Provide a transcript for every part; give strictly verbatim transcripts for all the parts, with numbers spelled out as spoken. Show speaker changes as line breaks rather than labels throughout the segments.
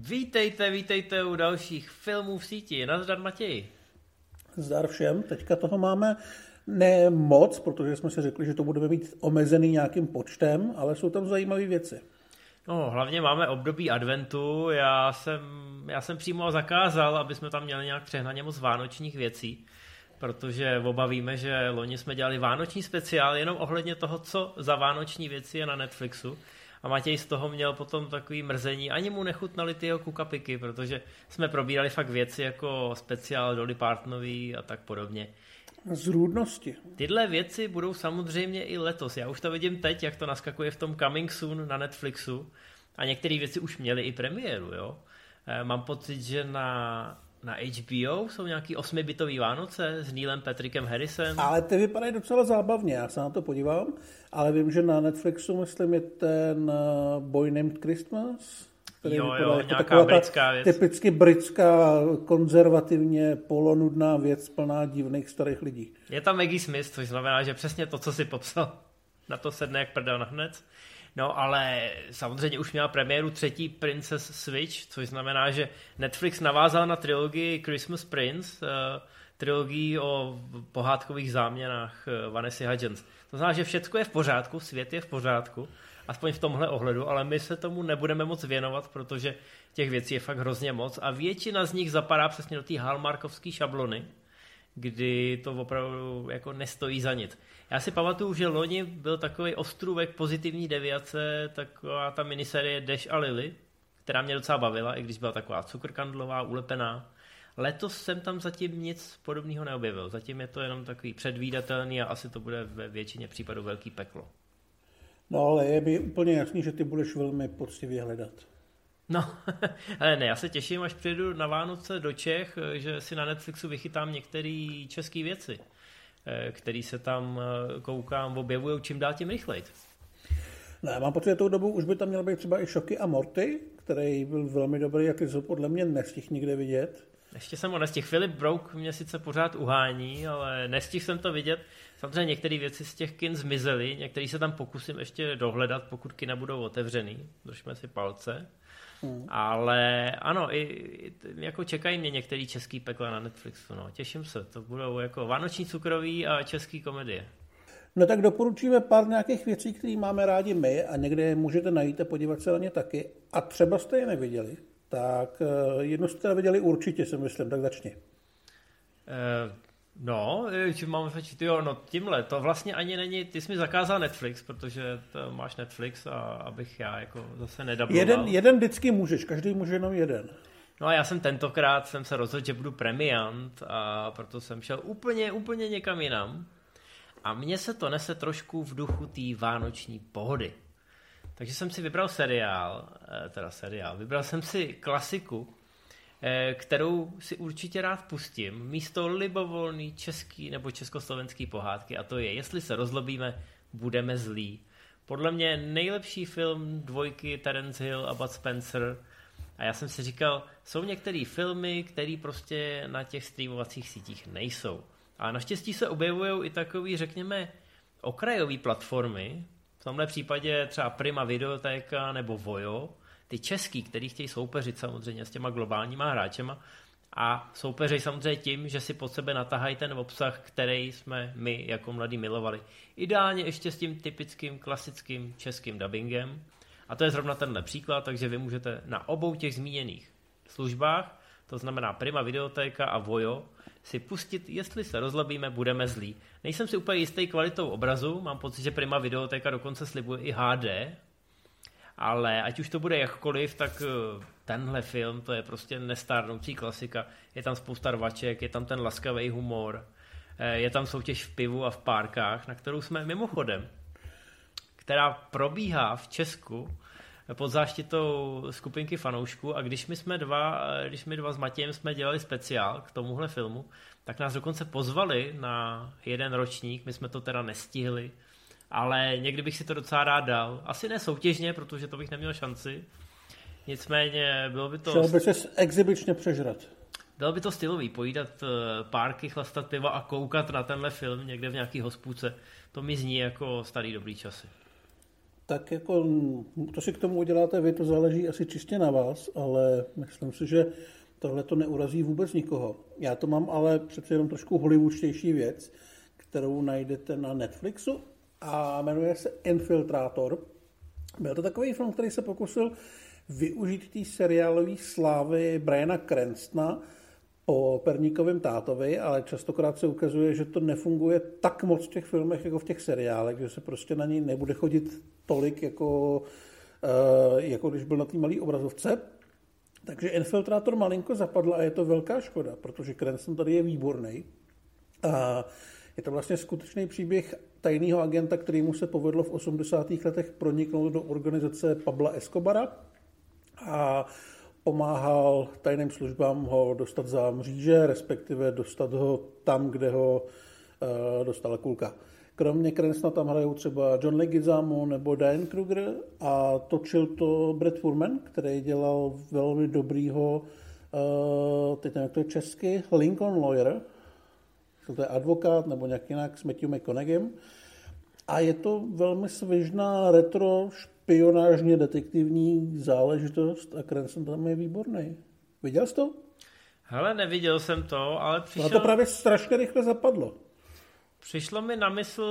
Vítejte, vítejte u dalších filmů v síti. Nazdar Matěj.
Zdar všem. Teďka toho máme ne moc, protože jsme si řekli, že to budeme mít omezený nějakým počtem, ale jsou tam zajímavé věci.
No, hlavně máme období adventu. Já jsem, já jsem přímo zakázal, aby jsme tam měli nějak přehnaně moc vánočních věcí, protože oba víme, že loni jsme dělali vánoční speciál jenom ohledně toho, co za vánoční věci je na Netflixu. A Matěj z toho měl potom takový mrzení. Ani mu nechutnali ty jeho kukapiky, protože jsme probírali fakt věci jako speciál Dolly Partonový a tak podobně.
Zrůdnosti.
Tyhle věci budou samozřejmě i letos. Já už to vidím teď, jak to naskakuje v tom Coming Soon na Netflixu. A některé věci už měly i premiéru, jo. Mám pocit, že na, na H B O jsou nějaký osmibitový Vánoce s Neilem Patrickem Harrisem.
Ale ty vypadají docela zábavně, já se na to podívám. Ale vím, že na Netflixu, myslím, je ten Boy Named Christmas.
Který jo, jo, jako nějaká britská věc.
Typicky britská, konzervativně polonudná věc plná divných starých lidí.
Je tam Maggie Smith, což znamená, že přesně to, co si popsal, na to sedne jak prdel nahnec. No, ale samozřejmě už měla premiéru třetí Princess Switch, což znamená, že Netflix navázal na trilogii Christmas Prince, uh, trilogii o pohádkových záměnách uh, Vanessy Hudgens. To znamená, že všecko je v pořádku, svět je v pořádku, aspoň v tomhle ohledu, ale my se tomu nebudeme moc věnovat, protože těch věcí je fakt hrozně moc a většina z nich zapadá přesně do té hallmarkovské šablony, kdy to opravdu jako nestojí za nic. Já si pamatuju, že loni byl takový ostrůvek pozitivní deviace, taková ta miniserie Dash a Lily, která mě docela bavila, i když byla taková cukrkandlová, ulepená. Letos jsem tam zatím nic podobného neobjevil. Zatím je to jenom takový předvídatelný a asi to bude ve většině případů velký peklo.
No ale je mi úplně jasný, že ty budeš velmi poctivě hledat.
No, ale ne, já se těším, až přijedu na Vánoce do Čech, že si na Netflixu vychytám některé české věci, které se tam koukám, objevují čím dál tím rychleji.
Ne, mám pocit, že tou dobu už by tam měl být třeba i Šoky a Morty, který byl velmi dobrý, jak to podle mě nestihl nikde vidět.
Ještě jsem ho nestihl. Philip Brook mě sice pořád uhání, ale nestihl jsem to vidět. Samozřejmě některé věci z těch kin zmizely, některé se tam pokusím ještě dohledat, pokud kina budou otevřený. Držme si palce. Hmm. Ale ano, i, jako čekají mě některé český pekla na Netflixu. No. Těším se, to budou jako vánoční cukroví a český komedie.
No tak doporučíme pár nějakých věcí, které máme rádi my a někde je můžete najít a podívat se na ně taky. A třeba jste je neviděli. Tak jednu jste viděli určitě, si myslím, tak začni.
Uh, no, mám začít, jo, no tímhle, to vlastně ani není, ty jsi mi zakázal Netflix, protože to máš Netflix a abych já jako zase nedabloval.
Jeden, jeden vždycky můžeš, každý může jenom jeden.
No a já jsem tentokrát jsem se rozhodl, že budu premiant a proto jsem šel úplně, úplně někam jinam. A mně se to nese trošku v duchu té vánoční pohody. Takže jsem si vybral seriál, teda seriál, vybral jsem si klasiku, kterou si určitě rád pustím, místo libovolný český nebo československý pohádky, a to je Jestli se rozlobíme, budeme zlí. Podle mě nejlepší film dvojky Terence Hill a Bud Spencer. A já jsem si říkal, jsou některé filmy, které prostě na těch streamovacích sítích nejsou. A naštěstí se objevují i takový, řekněme, okrajové platformy, v tomhle případě třeba Prima Videotéka nebo Vojo, ty český, který chtějí soupeřit samozřejmě s těma globálníma hráčema a soupeří samozřejmě tím, že si pod sebe natahají ten obsah, který jsme my jako mladí milovali. Ideálně ještě s tím typickým klasickým českým dubbingem. A to je zrovna tenhle příklad, takže vy můžete na obou těch zmíněných službách, to znamená Prima Videotéka a Vojo, si pustit, jestli se rozlobíme, budeme zlí. Nejsem si úplně jistý kvalitou obrazu, mám pocit, že Prima Videotéka dokonce slibuje i H D, ale ať už to bude jakkoliv, tak tenhle film, to je prostě nestárnoucí klasika. Je tam spousta rvaček, je tam ten laskavý humor, je tam soutěž v pivu a v párkách, na kterou jsme mimochodem, která probíhá v Česku pod záštitou skupinky fanoušků, a když my jsme dva, když my dva s Matějem jsme dělali speciál k tomuhle filmu, tak nás dokonce pozvali na jeden ročník, my jsme to teda nestihli, ale někdy bych si to docela rád dal. Asi ne soutěžně, protože to bych neměl šanci. Nicméně bylo by to...
Chtěl by ses exibičně přežrat.
Bylo by to stylový, pojídat párky, chlastat piva a koukat na tenhle film někde v nějaký hospůdce. To mi zní jako starý dobrý časy.
Tak jako to si k tomu uděláte vy, to záleží asi čistě na vás, ale myslím si, že tohle to neurazí vůbec nikoho. Já to mám ale přece jenom trošku hollywoodštější věc, kterou najdete na Netflixu a jmenuje se Infiltrátor. Byl to takový film, který se pokusil využít té seriálové slávy Briana Cranstona po Perníkovém tátovi, ale častokrát se ukazuje, že to nefunguje tak moc v těch filmech, jako v těch seriálech, že se prostě na něj nebude chodit tolik, jako, jako když byl na té malé obrazovce. Takže Infiltrátor malinko zapadl a je to velká škoda, protože Cranston tady je výborný. A je to vlastně skutečný příběh tajného agenta, kterýmu se povedlo v osmdesátých letech proniknout do organizace Pabla Escobara a pomáhal tajným službám ho dostat za mříže, respektive dostat ho tam, kde ho uh, dostala kulka. Kromě Cranstona tam hrajou třeba John Leguizamo nebo Diane Kruger a točil to Brad Furman, který dělal velmi dobrýho, uh, teď nevím, jak to je česky, Lincoln Lawyer, to je advokát nebo nějak jinak s Matthew McConaugheyem. A je to velmi svěžná retro špionážně detektivní záležitost a Cranston tam je výborný. Viděl jsi to?
Hele, neviděl jsem to, ale přišel...
No to právě strašně rychle zapadlo.
Přišlo mi na mysl,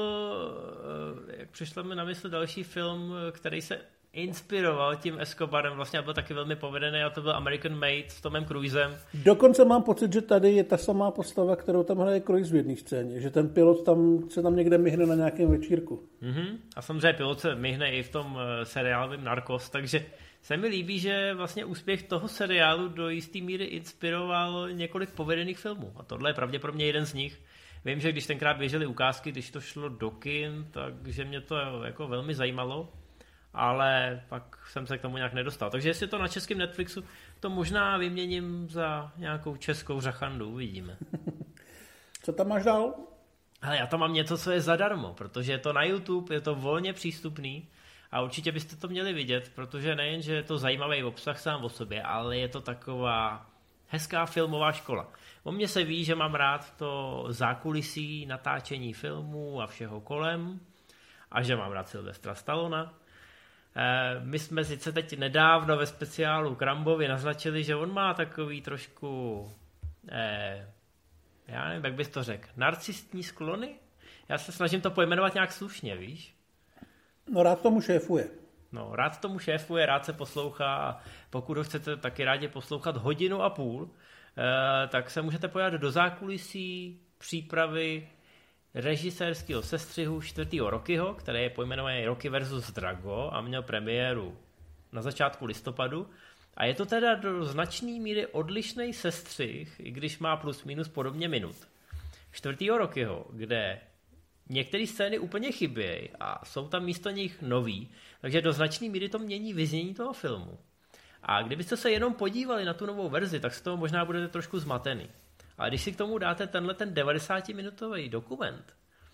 jak přišlo mi na mysl další film, který se inspiroval tím Escobarem, vlastně byl taky velmi povedený a to byl American Made s Tomem Cruisem.
Dokonce mám pocit, že tady je ta samá postava, kterou tam hraje Cruise v jedné scéně, že ten pilot tam se tam někde myhne na nějakém večírku.
Mm-hmm. A samozřejmě pilot se myhne i v tom seriálovém Narcos, takže se mi líbí, že vlastně úspěch toho seriálu do jisté míry inspiroval několik povedených filmů a tohle je pravděpodobně jeden z nich. Vím, že když tenkrát běžely ukázky, když to šlo do kin, takže mě to jako velmi zajímalo, ale pak jsem se k tomu nějak nedostal. Takže jestli to na českém Netflixu, to možná vyměním za nějakou českou řachandu, uvidíme.
Co tam máš dál?
Ale já tam mám něco, co je zadarmo, protože je to na YouTube, je to volně přístupný a určitě byste to měli vidět, protože nejen, že je to zajímavý obsah sám o sobě, ale je to taková hezká filmová škola. O mně se ví, že mám rád to zákulisí natáčení filmů a všeho kolem a že mám rád Sylvestra Stallona. My jsme sice teď nedávno ve speciálu k Rambovi naznačili, že on má takový trošku, eh, já nevím, jak bys to řekl, narcistní sklony? Já se snažím to pojmenovat nějak slušně, víš?
No rád tomu šéfuje.
No, rád tomu šéfuje, rád se poslouchá a pokud ho chcete taky rádi poslouchat hodinu a půl, eh, tak se můžete pojat do zákulisí přípravy režisérského sestřihu čtvrtého Rockyho, který je pojmenovaný Rocky versus Drago a měl premiéru na začátku listopadu. A je to teda do značné míry odlišný sestřih, i když má plus minus podobně minut. čtvrtého Rockyho, kde některé scény úplně chybějí a jsou tam místo nich nový, takže do značné míry to mění vyznění toho filmu. A kdybyste se jenom podívali na tu novou verzi, tak z toho možná budete trošku zmatený. Ale když si k tomu dáte tenhle ten devadesátiminitový dokument,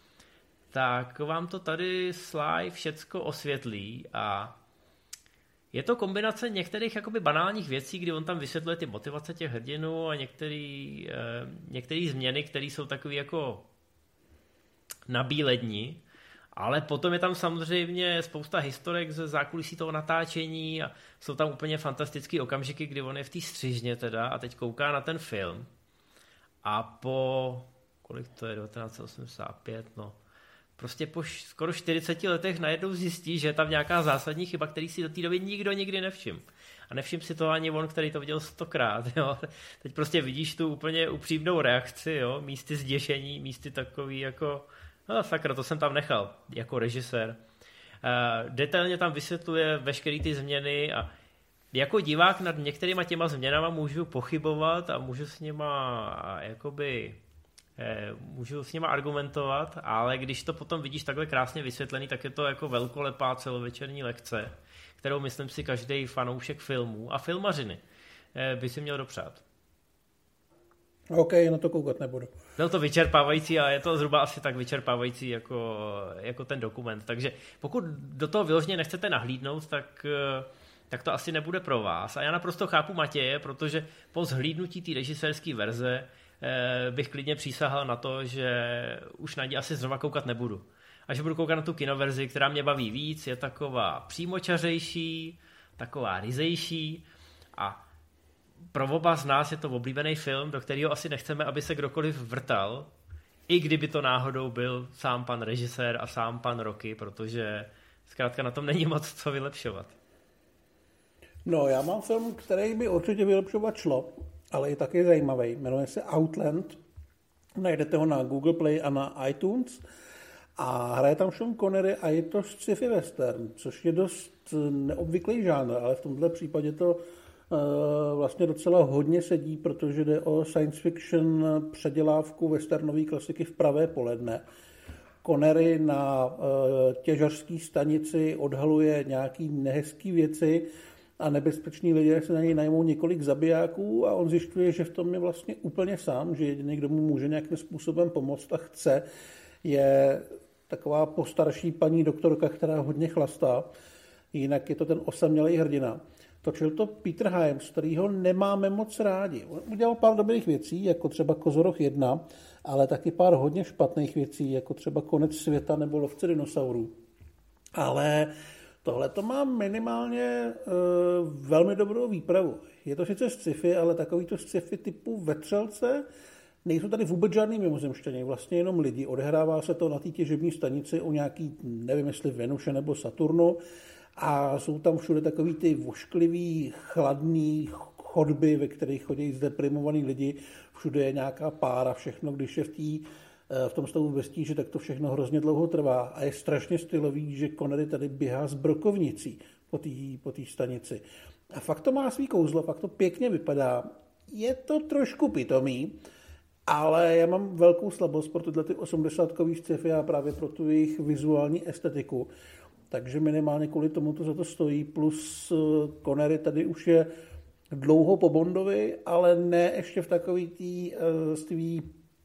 tak vám to tady Sly všecko osvětlí a je to kombinace některých jakoby banálních věcí, kdy on tam vysvětluje ty motivace těch hrdinů a některé eh, některé změny, které jsou takové jako nabílední, ale potom je tam samozřejmě spousta historek ze zákulisí toho natáčení a jsou tam úplně fantastické okamžiky, kdy on je v té střižně teda a teď kouká na ten film. A po, kolik to je, devatenáct set osmdesát pět, no, prostě po skoro čtyřiceti letech najednou zjistí, že je tam nějaká zásadní chyba, který si do té doby nikdo nikdy nevšiml. A nevšiml si to ani on, který to viděl stokrát, jo. Teď prostě vidíš tu úplně upřímnou reakci, jo, místy zděšení, místy takový jako, no sakra, to jsem tam nechal, jako režisér. Uh, detailně tam vysvětluje veškeré ty změny a jako divák nad některýma těma změnama můžu pochybovat a můžu s nima jakoby, eh, můžu s nima argumentovat, ale když to potom vidíš takhle krásně vysvětlený, tak je to jako velkolepá celovečerní lekce, kterou myslím si každý fanoušek filmů a filmařiny eh, by si měl dopřát.
OK, na to koukat nebudu.
Byl to vyčerpávající a je to zhruba asi tak vyčerpávající jako, jako ten dokument, takže pokud do toho vyloženě nechcete nahlídnout, tak tak to asi nebude pro vás. A já naprosto chápu Matěje, protože po zhlídnutí té režisérské verze eh, bych klidně přísahal na to, že už na ní asi znova koukat nebudu. a že budu koukat na tu kinoverzi, která mě baví víc, je taková přímočařejší, taková ryzejší a pro oba z nás je to oblíbený film, do kterého asi nechceme, aby se kdokoliv vrtal, i kdyby to náhodou byl sám pan režisér a sám pan Rocky, protože zkrátka na tom není moc co vylepšovat.
No, já mám film, který by určitě vylepšovat šlo, ale je taky zajímavý. Jmenuje se Outland. Najdete ho na Google Play a na iTunes. A hraje tam Sean Connery a je to sci-fi western, což je dost neobvyklý žánr, ale v tomto případě to uh, vlastně docela hodně sedí, protože jde o science fiction předělávku westernové klasiky v pravé poledne. Connery na uh, těžařské stanici odhaluje nějaký nehezký věci a nebezpeční lidé se na něj najmou několik zabijáků a on zjišťuje, že v tom je vlastně úplně sám, že jediný, kdo mu může nějakým způsobem pomoct a chce, je taková postarší paní doktorka, která hodně chlastá. Jinak je to ten osamělý hrdina. Točil to Peter Hyams, kterýho nemáme moc rádi. On udělal pár dobrých věcí, jako třeba Kozoroch jedna, ale taky pár hodně špatných věcí, jako třeba Konec světa nebo Lovce dinosaurů. Ale tohle to má minimálně uh, velmi dobrou výpravu. Je to sice sci-fi, ale takový to sci-fi typu Vetřelce. Nejsou tady vůbec žádný mimozemšťané, vlastně jenom lidi. Odehrává se to na té těžební stanici u nějaký, nevím jestli Venuše nebo Saturnu, a jsou tam všude takový ty vošklivý, chladný chodby, ve kterých chodí zdeprimovaný lidi. Všude je nějaká pára, všechno, když je v, tý, v tom stavu bez tíže, tak to všechno hrozně dlouho trvá. A je strašně stylový, že Connery tady běhá s brokovnicí po té po té stanici. A fakt to má svý kouzlo, fakt to pěkně vypadá. Je to trošku pitomý, ale já mám velkou slabost pro tyhle ty osmdesátkový sci-fi a právě pro tu jejich vizuální estetiku. Takže minimálně kvůli tomu to za to stojí. Plus Connery tady už je dlouho po Bondovi, ale ne ještě v takový tý svý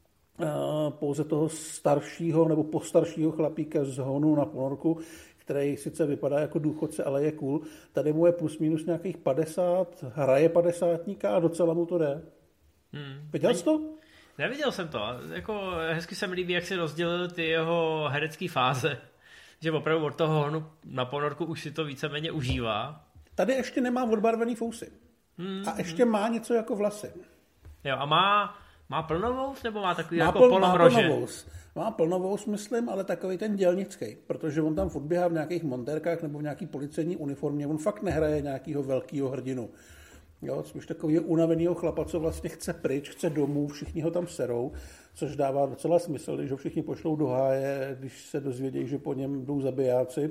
pouze toho staršího nebo postaršího chlapíka z Honu na ponorku, který sice vypadá jako důchodce, ale je cool. Tady mu je plus minus nějakých padesát, hraje padesátníka a docela mu to jde. Hmm. Viděl jsi to?
Neviděl jsem to. Jako hezky se mi líbí, jak si rozdělil ty jeho herecké fáze. Že opravdu od toho Honu na ponorku už si to víceméně užívá.
Tady ještě nemá odbarvený fousy. Hmm. A ještě má něco jako vlasy.
Jo, a má, má plnovous, nebo má takový
má
jako
pl,
polomrože?
Má plnovous. Má plnovous, myslím, ale takový ten dělnický, protože on tam furt běhá v nějakých montérkách nebo v nějaký policejní uniformě. On fakt nehraje nějakýho velkýho hrdinu. Jo, spíš takový unavenýho chlapa, co vlastně chce pryč, chce domů, všichni ho tam serou, což dává docela smysl, když ho všichni pošlou do háje, když se dozvědějí, že po něm jdou zabijáci.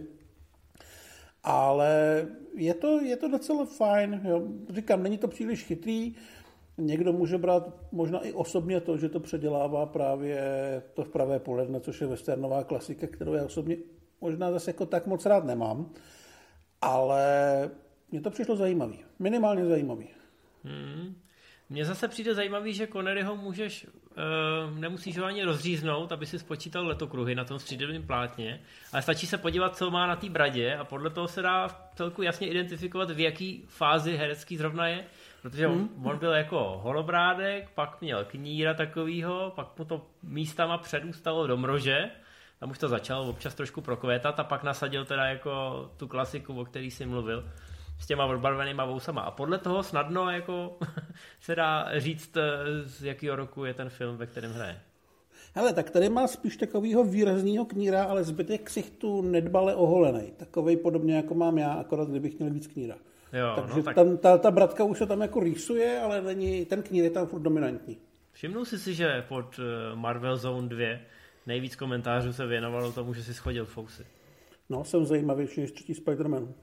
Ale je to, je to docela fajn. Jo. Říkám, není to příliš chytrý. Někdo může brát možná i osobně to, že to předělává právě to v pravé poledne, což je westernová klasika, kterou já osobně možná zase jako tak moc rád nemám. Ale mně to přišlo zajímavý. Minimálně zajímavý.
Hmm. Mně zase přijde zajímavý, že Conneryho můžeš, uh, nemusíš ho ani rozříznout, aby si spočítal letokruhy na tom střídavém plátně, ale stačí se podívat, co má na té bradě a podle toho se dá v celku jasně identifikovat, v jaký fázi herecký zrovna je, protože hmm. on byl jako holobrádek, pak měl kníra takovýho, pak mu to místama předůstalo do mrože, tam už to začalo občas trošku prokvétat a pak nasadil teda jako tu klasiku, o který jsi mluvil, s těma odbarvenýma vousama. A podle toho snadno jako se dá říct, z jakého roku je ten film, ve kterém hraje.
Hele, tak tady má spíš takovýho výrazného kníra, ale zbytek ksichtu nedbale oholený. Takovej podobně jako mám já, akorát kdybych měl víc kníra.
Jo,
Takže
no, tak...
tam, ta, ta bratka už se tam jako rýsuje, ale není, ten knír je tam furt dominantní.
Všimnul jsi si, že pod Marvel Zone dva nejvíc komentářů se věnovalo tomu, že si schodil fousy?
No, jsem zajímavější než třetí Spider-Man.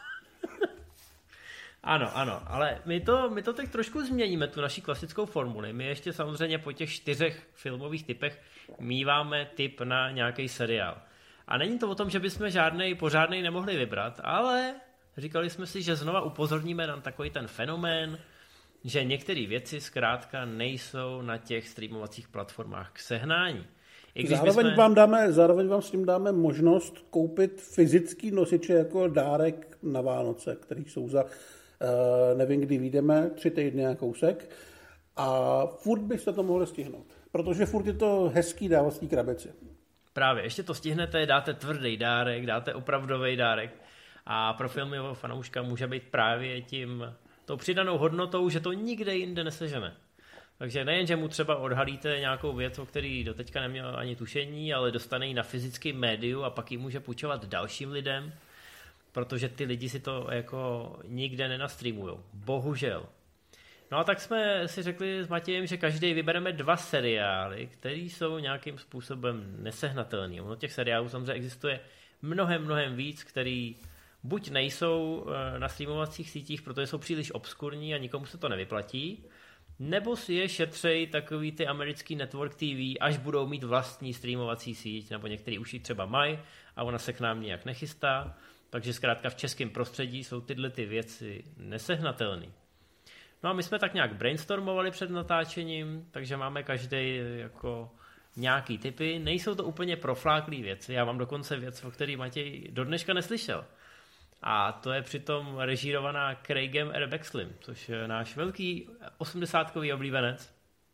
Ano, ano, ale my to, my to teď trošku změníme, tu naši klasickou formuli. My ještě samozřejmě po těch čtyřech filmových typech míváme typ na nějaký seriál. A není to o tom, že bychom žádnej pořádnej nemohli vybrat, ale říkali jsme si, že znova upozorníme na takový ten fenomén, že některé věci zkrátka nejsou na těch streamovacích platformách k sehnání. I když
zároveň,
bychom...
vám dáme, zároveň vám s tím dáme možnost koupit fyzický nosiče jako dárek na Vánoce, který jsou za Uh, nevím, kdy vyjdeme, tři týdny a kousek a furt byste to mohli stihnout, protože furt je to hezký dávat z té krabici.
Právě, ještě to stihnete, dáte tvrdý dárek, dáte opravdový dárek a pro filmového fanouška může být právě tím, tou přidanou hodnotou, že to nikde jinde nesežene. Takže nejen, že mu třeba odhalíte nějakou věc, o který doteďka neměl ani tušení, ale dostane ji na fyzickém médiu a pak ji může půjčovat dalším lidem, protože ty lidi si to jako nikde nenastreamujou. Bohužel. No a tak jsme si řekli s Matějem, že každý vybereme dva seriály, které jsou nějakým způsobem nesehnatelný. Ono těch seriálů samozřejmě existuje mnohem, mnohem víc, který buď nejsou na streamovacích sítích, protože jsou příliš obskurní a nikomu se to nevyplatí, nebo si je šetřej takový ty americký network T V, až budou mít vlastní streamovací síť, nebo některý už ji třeba mají a ona se k nám nijak nechystá. Takže zkrátka v českém prostředí jsou tyhle ty věci nesehnatelné. No a my jsme tak nějak brainstormovali před natáčením, takže máme každý jako nějaký typy. Nejsou to úplně profláklý věci, já mám dokonce věc, o který Matěj do dneška neslyšel. A to je přitom režírovaná Craigem R. Bexlim, což je náš velký osmdesátkový oblíbenec.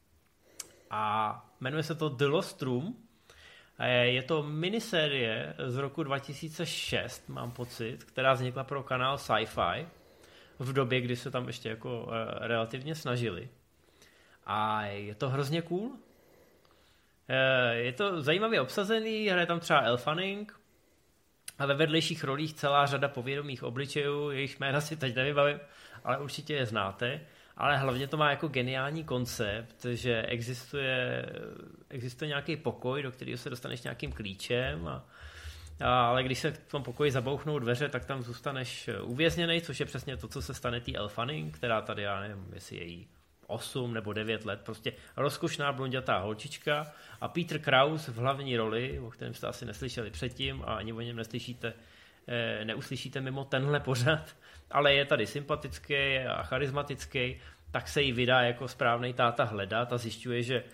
A jmenuje se to The Lost Room. Je to minisérie z roku dva tisíce šest, mám pocit, která vznikla pro kanál Sci-Fi v době, kdy se tam ještě jako relativně snažili. A je to hrozně cool. Je to zajímavě obsazený, hraje tam třeba Elle Fanning a ve vedlejších rolích celá řada povědomých obličejů, jejich jména si teď nevybavím, ale určitě je znáte. Ale hlavně to má jako geniální koncept, že existuje, existuje nějaký pokoj, do kterého se dostaneš nějakým klíčem, a, a, ale když se v tom pokoji zabouchnou dveře, tak tam zůstaneš uvězněnej, což je přesně to, co se stane tý Elle Fanning, která tady, já nevím, jestli je jí osm nebo devět let, prostě rozkošná blondětá holčička a Peter Krause v hlavní roli, o kterém jste asi neslyšeli předtím a ani o něm neslyšíte, neuslyšíte mimo tenhle pořad, ale je tady sympatický a charismatický, tak se jí vydá jako správnej táta hledat a zjišťuje, že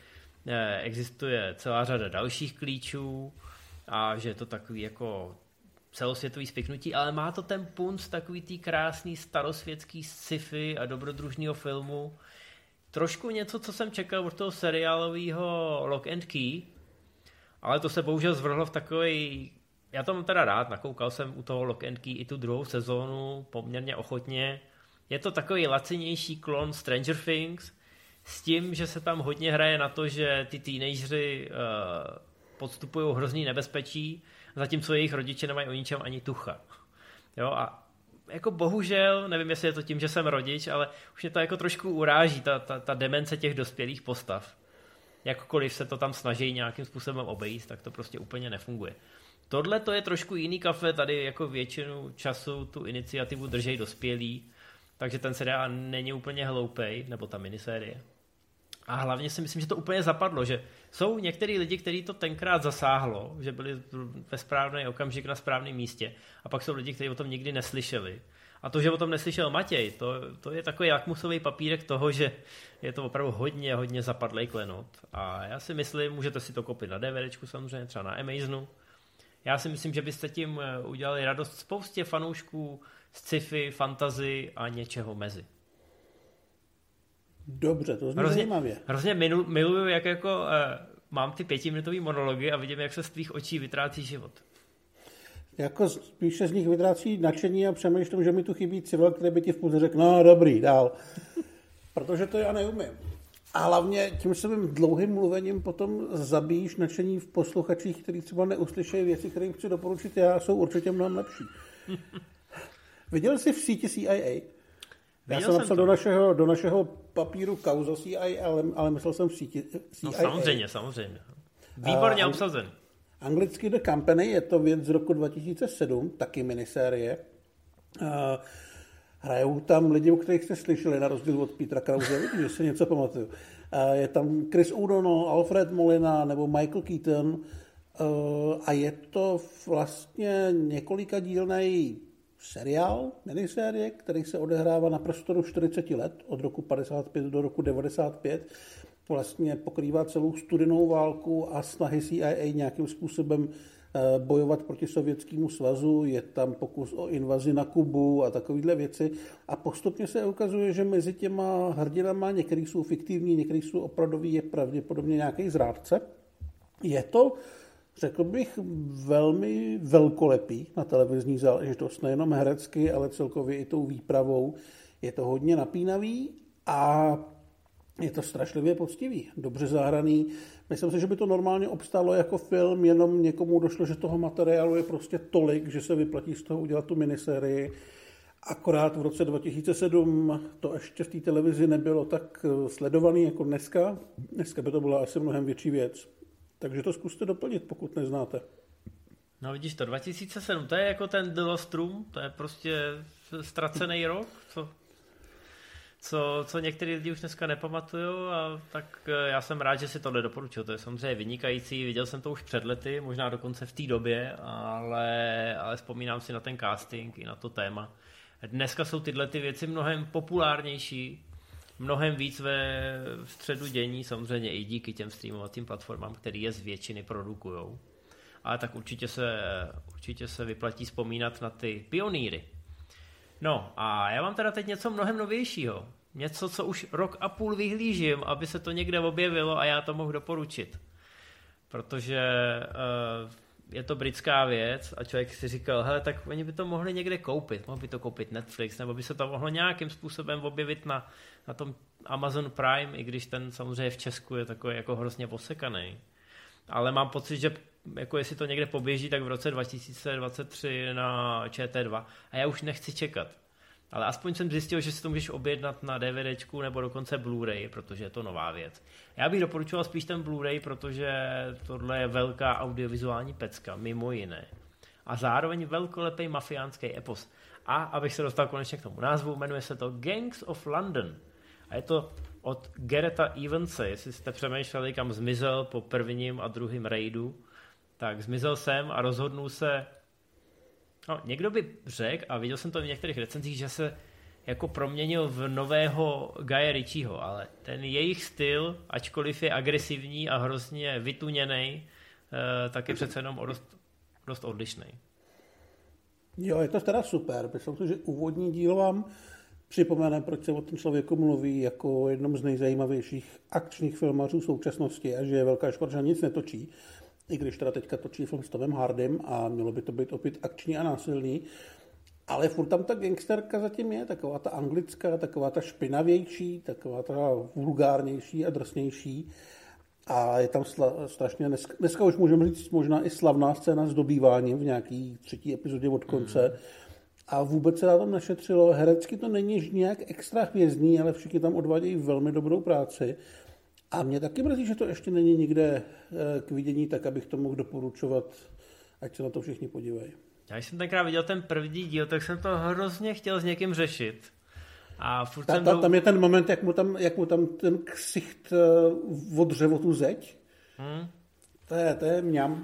existuje celá řada dalších klíčů a že je to takový jako celosvětový spiknutí, ale má to ten punc takový tý krásný starosvětský sci-fi a dobrodružného filmu. Trošku něco, co jsem čekal od toho seriálového Lock and Key, ale to se bohužel zvrhlo v takovej. Já to mám teda rád, nakoukal jsem u toho Lock and Key i tu druhou sezónu poměrně ochotně. Je to takový lacinější klon Stranger Things s tím, že se tam hodně hraje na to, že ty teenageři uh, podstupují hrozný nebezpečí, zatímco jejich rodiče nemají o ničem ani tucha. Jo, a jako bohužel, nevím, jestli je to tím, že jsem rodič, ale už mě to jako trošku uráží, ta, ta, ta demence těch dospělých postav. Jakkoliv se to tam snaží nějakým způsobem obejít, tak to prostě úplně nefunguje. Tohle to je trošku jiný kafe, tady jako většinu času tu iniciativu držej dospělí, takže ten seriál není úplně hloupej, nebo ta minisérie. A hlavně si myslím, že to úplně zapadlo, že jsou některý lidi, kteří to tenkrát zasáhlo, že byli ve správný okamžik na správném místě, a pak jsou lidi, kteří o tom nikdy neslyšeli. A to, že o tom neslyšel Matěj, to, to je takový lakmusový papírek toho, že je to opravdu hodně, hodně zapadlej klenot. A já si myslím, můžete si to koupit na DVDčku samozřejmě, třeba na Amazonu. Já si myslím, že byste tím udělali radost spoustě fanoušků sci-fi, fantasy a něčeho mezi.
Dobře, to zní zajímavě.
Hrozně milu, miluju, jak jako eh, mám ty pětiminutový monology a vidím, jak se z tvých očí vytrácí život.
Jako spíše z nich vytrácí nadšení a přemýšlím, že mi tu chybí civil, který by ti v půlce řekl, no dobrý, dál. Protože to já neumím. A hlavně tím svým dlouhým mluvením potom zabíjíš nadšení v posluchačích, kteří třeba neuslyšejí věci, které jim chci doporučit, já jsou určitě mnohem lepší. Viděl jsi v síti C I A? Já
Viděl
jsem napsal
jsem
do našeho, do našeho papíru kauza C I A, ale, ale myslel jsem v síti C I A.
No samozřejmě, samozřejmě. Výborně uh, obsazen.
Anglicky The Company, je to věc z roku dva tisíce sedm, taky minisérie. Uh, hrajou tam lidi, o kterých jste slyšeli, na rozdíl od Petra Krause, že si něco pamatuju. Uh, je tam Chris O'Donnell, Alfred Molina nebo Michael Keaton uh, a je to vlastně několika dílnej seriál, minisérie, který se odehrává na prostoru čtyřicet let, od roku padesát pět do roku devadesát pět. Vlastně pokrývá celou studenou válku a snahy C I A nějakým způsobem bojovat proti Sovětskému svazu. Je tam pokus o invazi na Kubu a takovéhle věci. A postupně se ukazuje, že mezi těma hrdinama, některý jsou fiktivní, některý jsou opravdoví, je pravděpodobně nějaký zrádce. Je to řekl bych, velmi velkolepý na televizní záležitost, nejenom herecky, ale celkově i tou výpravou. Je to hodně napínavý a je to strašlivě poctivý, dobře zahraný. Myslím si, že by to normálně obstálo jako film, jenom někomu došlo, že toho materiálu je prostě tolik, že se vyplatí z toho udělat tu minisérii. Akorát v roce dva tisíce sedm to ještě v té televizi nebylo tak sledovaný jako dneska. Dneska by to byla asi mnohem větší věc. Takže to zkuste doplnit, pokud neznáte.
No vidíš to, dva tisíce sedm, to je jako ten The Lost Room, to je prostě ztracený rok, co, co, co některý lidi už dneska nepamatujou, a tak já jsem rád, že si tohle doporučil, to je samozřejmě vynikající, viděl jsem to už před lety, možná dokonce v té době, ale, ale vzpomínám si na ten casting i na to téma. Dneska jsou tyhle ty věci mnohem populárnější, mnohem víc ve středu dění, samozřejmě i díky těm streamovacím platformám, který je z většiny produkujou. Ale tak určitě se, určitě se vyplatí vzpomínat na ty pionýry. No a já mám teda teď něco mnohem novějšího. Něco, co už rok a půl vyhlížím, aby se to někde objevilo a já to mohu doporučit. Protože uh, je to britská věc a člověk si říkal, hele, tak oni by to mohli někde koupit. Mohl by to koupit Netflix, nebo by se to mohlo nějakým způsobem objevit na, na tom Amazon Prime, i když ten samozřejmě v Česku je takový jako hrozně osekaný. Ale mám pocit, že jako jestli to někde poběží, tak v roce dva tisíce dvacet tři na Č T dva. A já už nechci čekat. Ale aspoň jsem zjistil, že si to můžeš objednat na DVDčku nebo dokonce Blu-ray, protože je to nová věc. Já bych doporučoval spíš ten Blu-ray, protože tohle je velká audiovizuální pecka, mimo jiné. A zároveň velkolepý mafiánský epos. A abych se dostal konečně k tomu názvu, jmenuje se to Gangs of London. A je to od Gareta Evanse. Jestli jste přemýšleli, kam zmizel po prvním a druhém raidu, tak zmizel jsem a rozhodnul se. No, někdo by řekl, a viděl jsem to v některých recenzích, že se jako proměnil v nového Guya Ritchieho, ale ten jejich styl, ačkoliv je agresivní a hrozně vytuněnej, tak je přece jenom o dost, dost odlišný.
Jo, je to teda super. Myslím si, že úvodní díl vám připomene, proč se o tom člověku mluví jako jednom z nejzajímavějších akčních filmařů současnosti a že je velká škoda, že nic netočí. I když teda teďka točí film s Tomem Hardym a mělo by to být opět akční a násilný. Ale furt tam ta gangsterka zatím je, taková ta anglická, taková ta špinavější, taková ta vulgárnější a drsnější. A je tam sla, strašně, dneska, dneska už můžeme říct možná i slavná scéna s dobýváním v nějaký třetí epizodě od konce. Mm. A vůbec se na tom našetřilo. Herecky to není nějak extra hvězdný, ale všichni tam odvádějí velmi dobrou práci. A mě taky mrzí, že to ještě není nikde k vidění, tak abych to mohl doporučovat, ať se na to všichni podívají.
Já jsem tenkrát viděl ten první díl, tak jsem to hrozně chtěl s někým řešit. A furt
ta,
jsem
ta,
dou...
Tam je ten moment, jak mu tam, jak mu tam ten ksicht odře o tu zeď. Hmm. To je, to je mňam.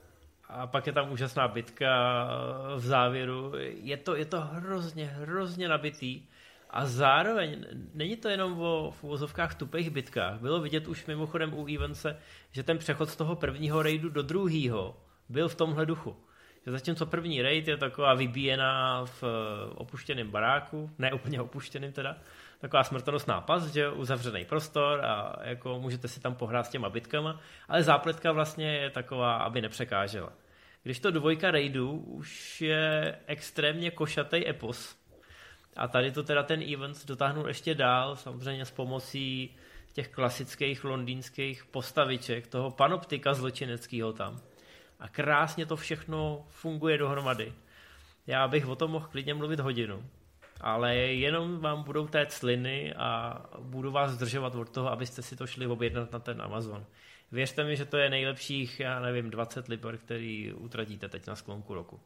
A pak je tam úžasná bitka v závěru. Je to, je to hrozně, hrozně nabitý. A zároveň není to jenom o v uvozovkách tupých bitkách. Bylo vidět už mimochodem u Evanse, že ten přechod z toho prvního raidu do druhého byl v tomhle duchu. Že zatímco první raid je taková vybíjená v opuštěném baráku, ne úplně opuštěným teda, taková smrtonosná past, že uzavřený prostor a jako můžete si tam pohrát s těma bitkama, ale zápletka vlastně je taková, aby nepřekážela. Když to dvojka raidu už je extrémně košatý epos, a tady to teda ten Evans dotáhnul ještě dál, samozřejmě s pomocí těch klasických londýnských postaviček, toho panoptika zločineckého tam. A krásně to všechno funguje dohromady. Já bych o tom mohl klidně mluvit hodinu, ale jenom vám budou té sliny a budu vás zdržovat od toho, abyste si to šli objednat na ten Amazon. Věřte mi, že to je nejlepších, já nevím, dvacet liber, který utratíte teď na sklonku roku.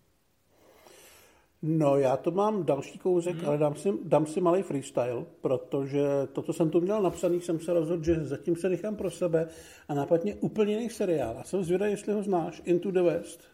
No, já to mám další kousek, hmm. ale dám si, dám si malý freestyle, protože to, co jsem tu měl napsaný, jsem se rozhodl, že zatím se nechám pro sebe a nápadně úplně jiný seriál. A jsem zvědavý, jestli ho znáš. Into the West.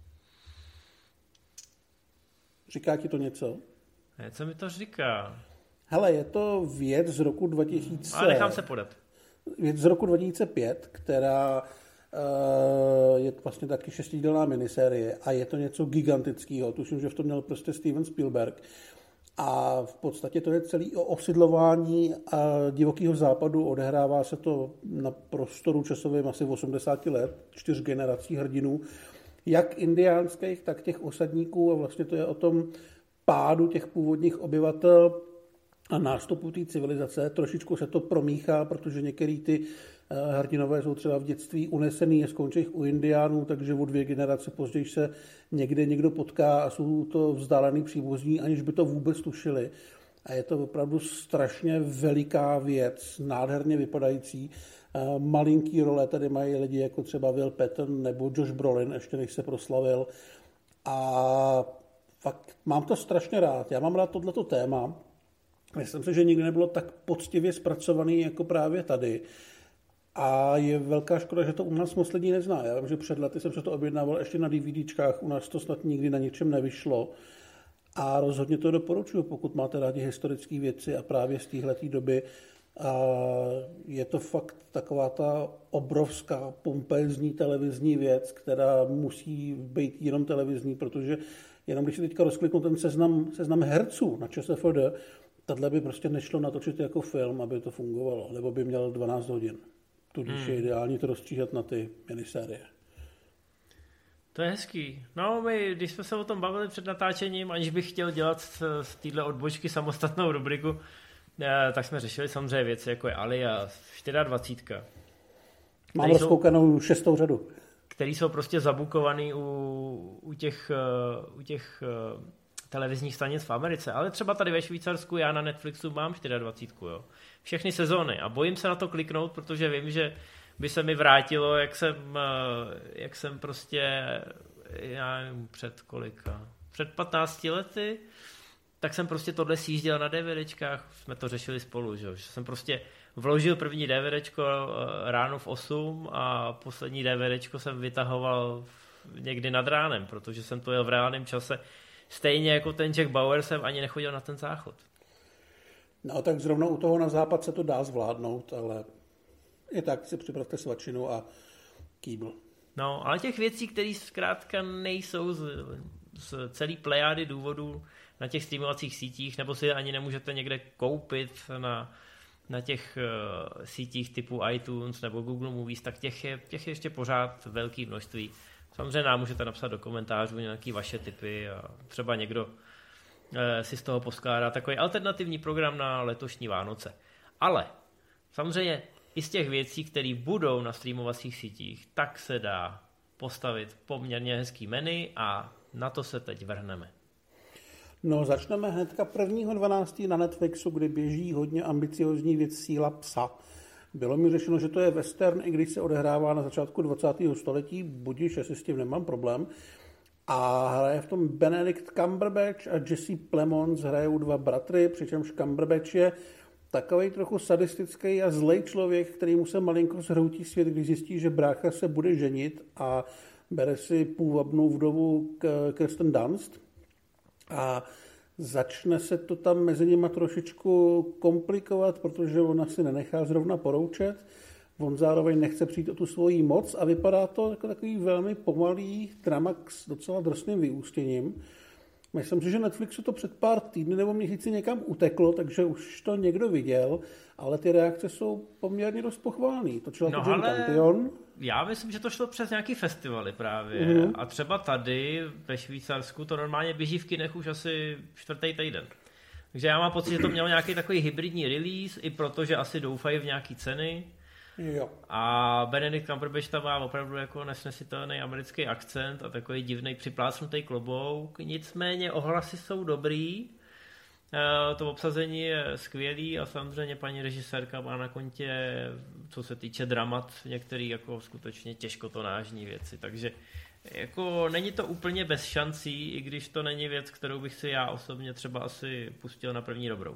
Říká ti to něco?
Co mi to říká?
Hele, je to věc z roku dva tisíce...
Ale nechám se podat.
Věc z roku dva tisíce pět, která uh, je vlastně taky šestidílná minisérie a je to něco gigantického. Tuším, že v tom měl prostě Steven Spielberg. A v podstatě to je celý o osidlování divokého západu. Odehrává se to na prostoru časovém asi osmdesát let, čtyř generací hrdinů, jak indiánských, tak těch osadníků. A vlastně to je o tom pádu těch původních obyvatel a nástupu té civilizace. Trošičku se to promíchá, protože některý ty hrdinové jsou třeba v dětství unesený a skončí u indiánů, takže o dvě generace později se někde někdo potká a jsou to vzdálený příbuzní, aniž by to vůbec tušili. A je to opravdu strašně veliká věc, nádherně vypadající. Malinký role tady mají lidi jako třeba Will Patton nebo Josh Brolin, ještě než se proslavil. A fakt mám to strašně rád. Já mám rád tohleto téma. Myslím si, že nikdy nebylo tak poctivě zpracovaný jako právě tady. A je velká škoda, že to u nás moc lidí nezná. Já vím, že před lety jsem se to objednával ještě na DVDčkách, u nás to snad nikdy na ničem nevyšlo. A rozhodně to doporučuji, pokud máte rádi historické věci a právě z téhletý doby. A je to fakt taková ta obrovská pompézní televizní věc, která musí být jenom televizní, protože jenom když si teďka rozkliknu ten seznam, seznam herců na ČSFD, tahle by prostě nešlo natočit jako film, aby to fungovalo, nebo by měl dvanáct hodin. Tudíž hmm. je ideální to rozstříhat na ty minisérie.
To je hezký. No, my, když jsme se o tom bavili před natáčením, aniž bych chtěl dělat z, z téhle odbočky samostatnou rubriku, eh, tak jsme řešili samozřejmě věci, jako je Alias, dvacet čtyři.
Mám rozkoukanou šestou řadu.
Který jsou prostě zabukovaný u, u těch, uh, u těch uh, televizních stanic v Americe. Ale třeba tady ve Švýcarsku já na Netflixu mám dvacet čtyři. Jo. Všechny sezóny. A bojím se na to kliknout, protože vím, že by se mi vrátilo, jak jsem, uh, jak jsem prostě, já nevím, před kolika, před patnácti lety, tak jsem prostě tohle sjížděl na DVDčkách, jsme to řešili spolu, že, že jsem prostě vložil první DVDčko ráno v osm a poslední DVDčko jsem vytahoval někdy nad ránem, protože jsem to jel v reálném čase. Stejně jako ten Jack Bauer jsem ani nechodil na ten záchod.
No tak zrovna u toho na západ se to dá zvládnout, ale i tak si připravte svačinu a kýbl.
No, ale těch věcí, které zkrátka nejsou z, z celý plejády důvodů na těch streamovacích sítích, nebo si je ani nemůžete někde koupit na, na těch uh, sítích typu iTunes nebo Google Movies, tak těch je, těch je ještě pořád velké množství. Samozřejmě nám můžete napsat do komentářů nějaké vaše tipy a třeba někdo uh, si z toho poskládá takový alternativní program na letošní Vánoce. Ale samozřejmě i z těch věcí, které budou na streamovacích sítích, tak se dá postavit poměrně hezký menu a na to se teď vrhneme.
No, začneme hnedka prvního dvanáctého na Netflixu, kdy běží hodně ambiciozní věc Síla psa. Bylo mi řečeno, že to je western, i když se odehrává na začátku dvacátého století, budiž, asi s tím nemám problém. A hraje v tom Benedict Cumberbatch a Jesse Plemons, hrajou dva bratry, přičemž Cumberbatch je takovej trochu sadistický a zlej člověk, který mu se malinko zhroutí svět, když zjistí, že brácha se bude ženit a bere si půvabnou vdovu Kirsten Dunst. A začne se to tam mezi nimi trošičku komplikovat, protože ona si nenechá zrovna poroučet. On zároveň nechce přijít o tu svoji moc a vypadá to jako takový velmi pomalý drama s docela drsným vyústěním. Myslím si, že Netflixu to před pár týdny nebo měsíci někam uteklo, takže už to někdo viděl, ale ty reakce jsou poměrně dost pochválný. Točila
no
to Jane Campion.
Já myslím, že to šlo přes nějaký festivaly právě. Mm-hmm. A třeba tady ve Švýcarsku to normálně běží v kinech už asi čtvrtý týden. Takže já mám pocit, že to mělo nějaký takový hybridní release, i protože asi doufají v nějaký ceny.
Jo.
A Benedict Cumberbatch tam má opravdu jako nesnesitelný americký akcent a takový divný připlácnutý klobouk. Nicméně ohlasy jsou dobrý, to obsazení je skvělý a samozřejmě paní režisérka má na kontě, co se týče dramat, některé jako skutečně těžkotonážní věci. Takže jako není to úplně bez šancí, i když to není věc, kterou bych si já osobně třeba asi pustil na první dobrou.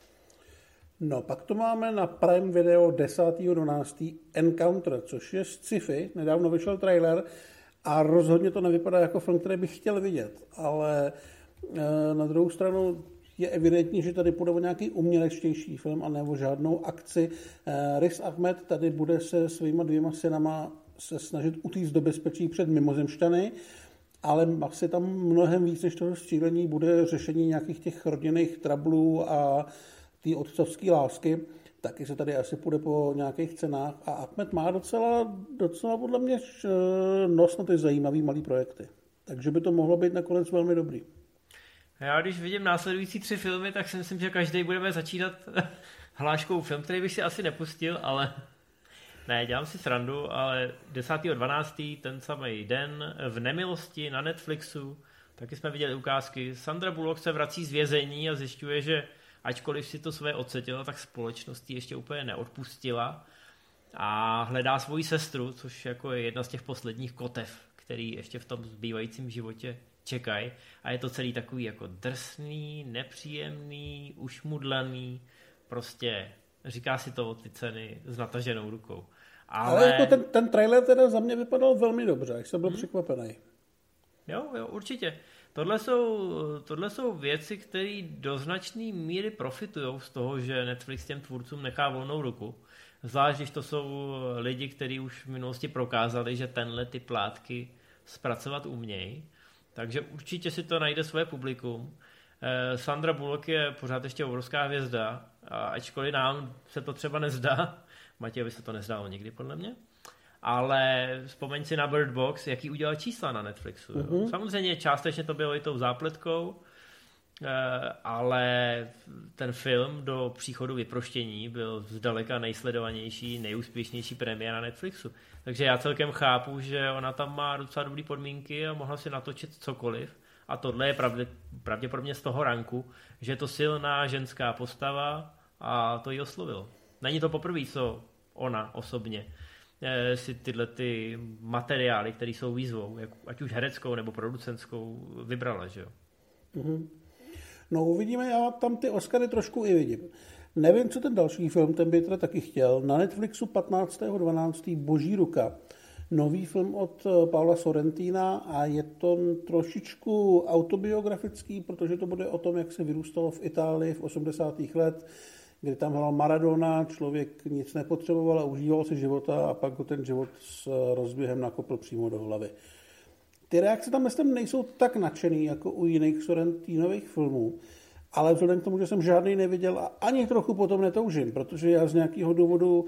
No, pak to máme na Prime Video desátého dvanáctého Encounter, což je sci-fi, nedávno vyšel trailer a rozhodně to nevypadá jako film, který bych chtěl vidět, ale e, na druhou stranu je evidentní, že tady půjde o nějaký umělečtější film a ne o žádnou akci. E, Riz Ahmed tady bude se svýma dvěma synama se snažit utíct do bezpečí před mimozemšťany ale asi tam mnohem víc než toho střílení bude řešení nějakých těch rodinných trablů a té otcovské lásky. Taky se tady asi půjde po nějakých cenách a Ahmed má docela, docela podle mě nos na ty zajímavý malý projekty. Takže by to mohlo být nakonec velmi dobrý.
Já když vidím následující tři filmy, tak si myslím, že každý budeme začínat hláškou film, který bych si asi nepustil, ale ne, dělám si srandu, ale desátého dvanáctého ten samý den v Nemilosti na Netflixu, taky jsme viděli ukázky, Sandra Bullock se vrací z vězení a zjišťuje, že ačkoliv si to své odsetila, tak společnost ji ještě úplně neodpustila a hledá svoji sestru, což jako je jedna z těch posledních kotev, který ještě v tom zbývajícím životě čekají. A je to celý takový jako drsný, nepříjemný, ušmudlaný, prostě říká si to o ty ceny s nataženou rukou. Ale,
Ale jako ten, ten trailer teda za mě vypadal velmi dobře, jak jsem byl hmm. překvapený.
Jo, jo, určitě. Tohle jsou, tohle jsou věci, které do značné míry profitují z toho, že Netflix těm tvůrcům nechá volnou ruku. Zvlášť, když to jsou lidi, kteří už v minulosti prokázali, že tenhle ty plátky zpracovat umějí. Takže určitě si to najde svoje publikum. Sandra Bullock je pořád ještě obrovská hvězda, a ačkoliv nám se to třeba nezdá, Matějovi se to nezdálo nikdy podle mě, ale vzpomeň si na Bird Box, jaký udělal čísla na Netflixu. Mm-hmm. Samozřejmě částečně to bylo i tou zápletkou, ale ten film do příchodu vyproštění byl zdaleka nejsledovanější, nejúspěšnější premiéra na Netflixu. Takže já celkem chápu, že ona tam má docela dobrý podmínky a mohla si natočit cokoliv. A tohle je pravdě, pravděpodobně z toho ranku, že je to silná ženská postava a to ji oslovilo. Není to poprvé, co ona osobně si tyhle ty materiály, které jsou výzvou, ať už hereckou nebo producentskou, vybrala, že jo?
Mm-hmm. No uvidíme, já tam ty Oscary trošku i vidím. Nevím, co ten další film, ten by teda taky chtěl. Na Netflixu patnáctého dvanáctého Boží ruka. Nový film od Paula Sorrentina a je to trošičku autobiografický, protože to bude o tom, jak se vyrůstalo v Itálii v osmdesátých let, kdy tam hrál Maradona, člověk nic nepotřeboval a užíval si života a pak ho ten život s rozběhem nakopl přímo do hlavy. Ty reakce tam myslím nejsou tak nadšený jako u jiných Sorrentinových filmů, ale vzhledem k tomu, že jsem žádný neviděl a ani trochu potom netoužím, protože já z nějakého důvodu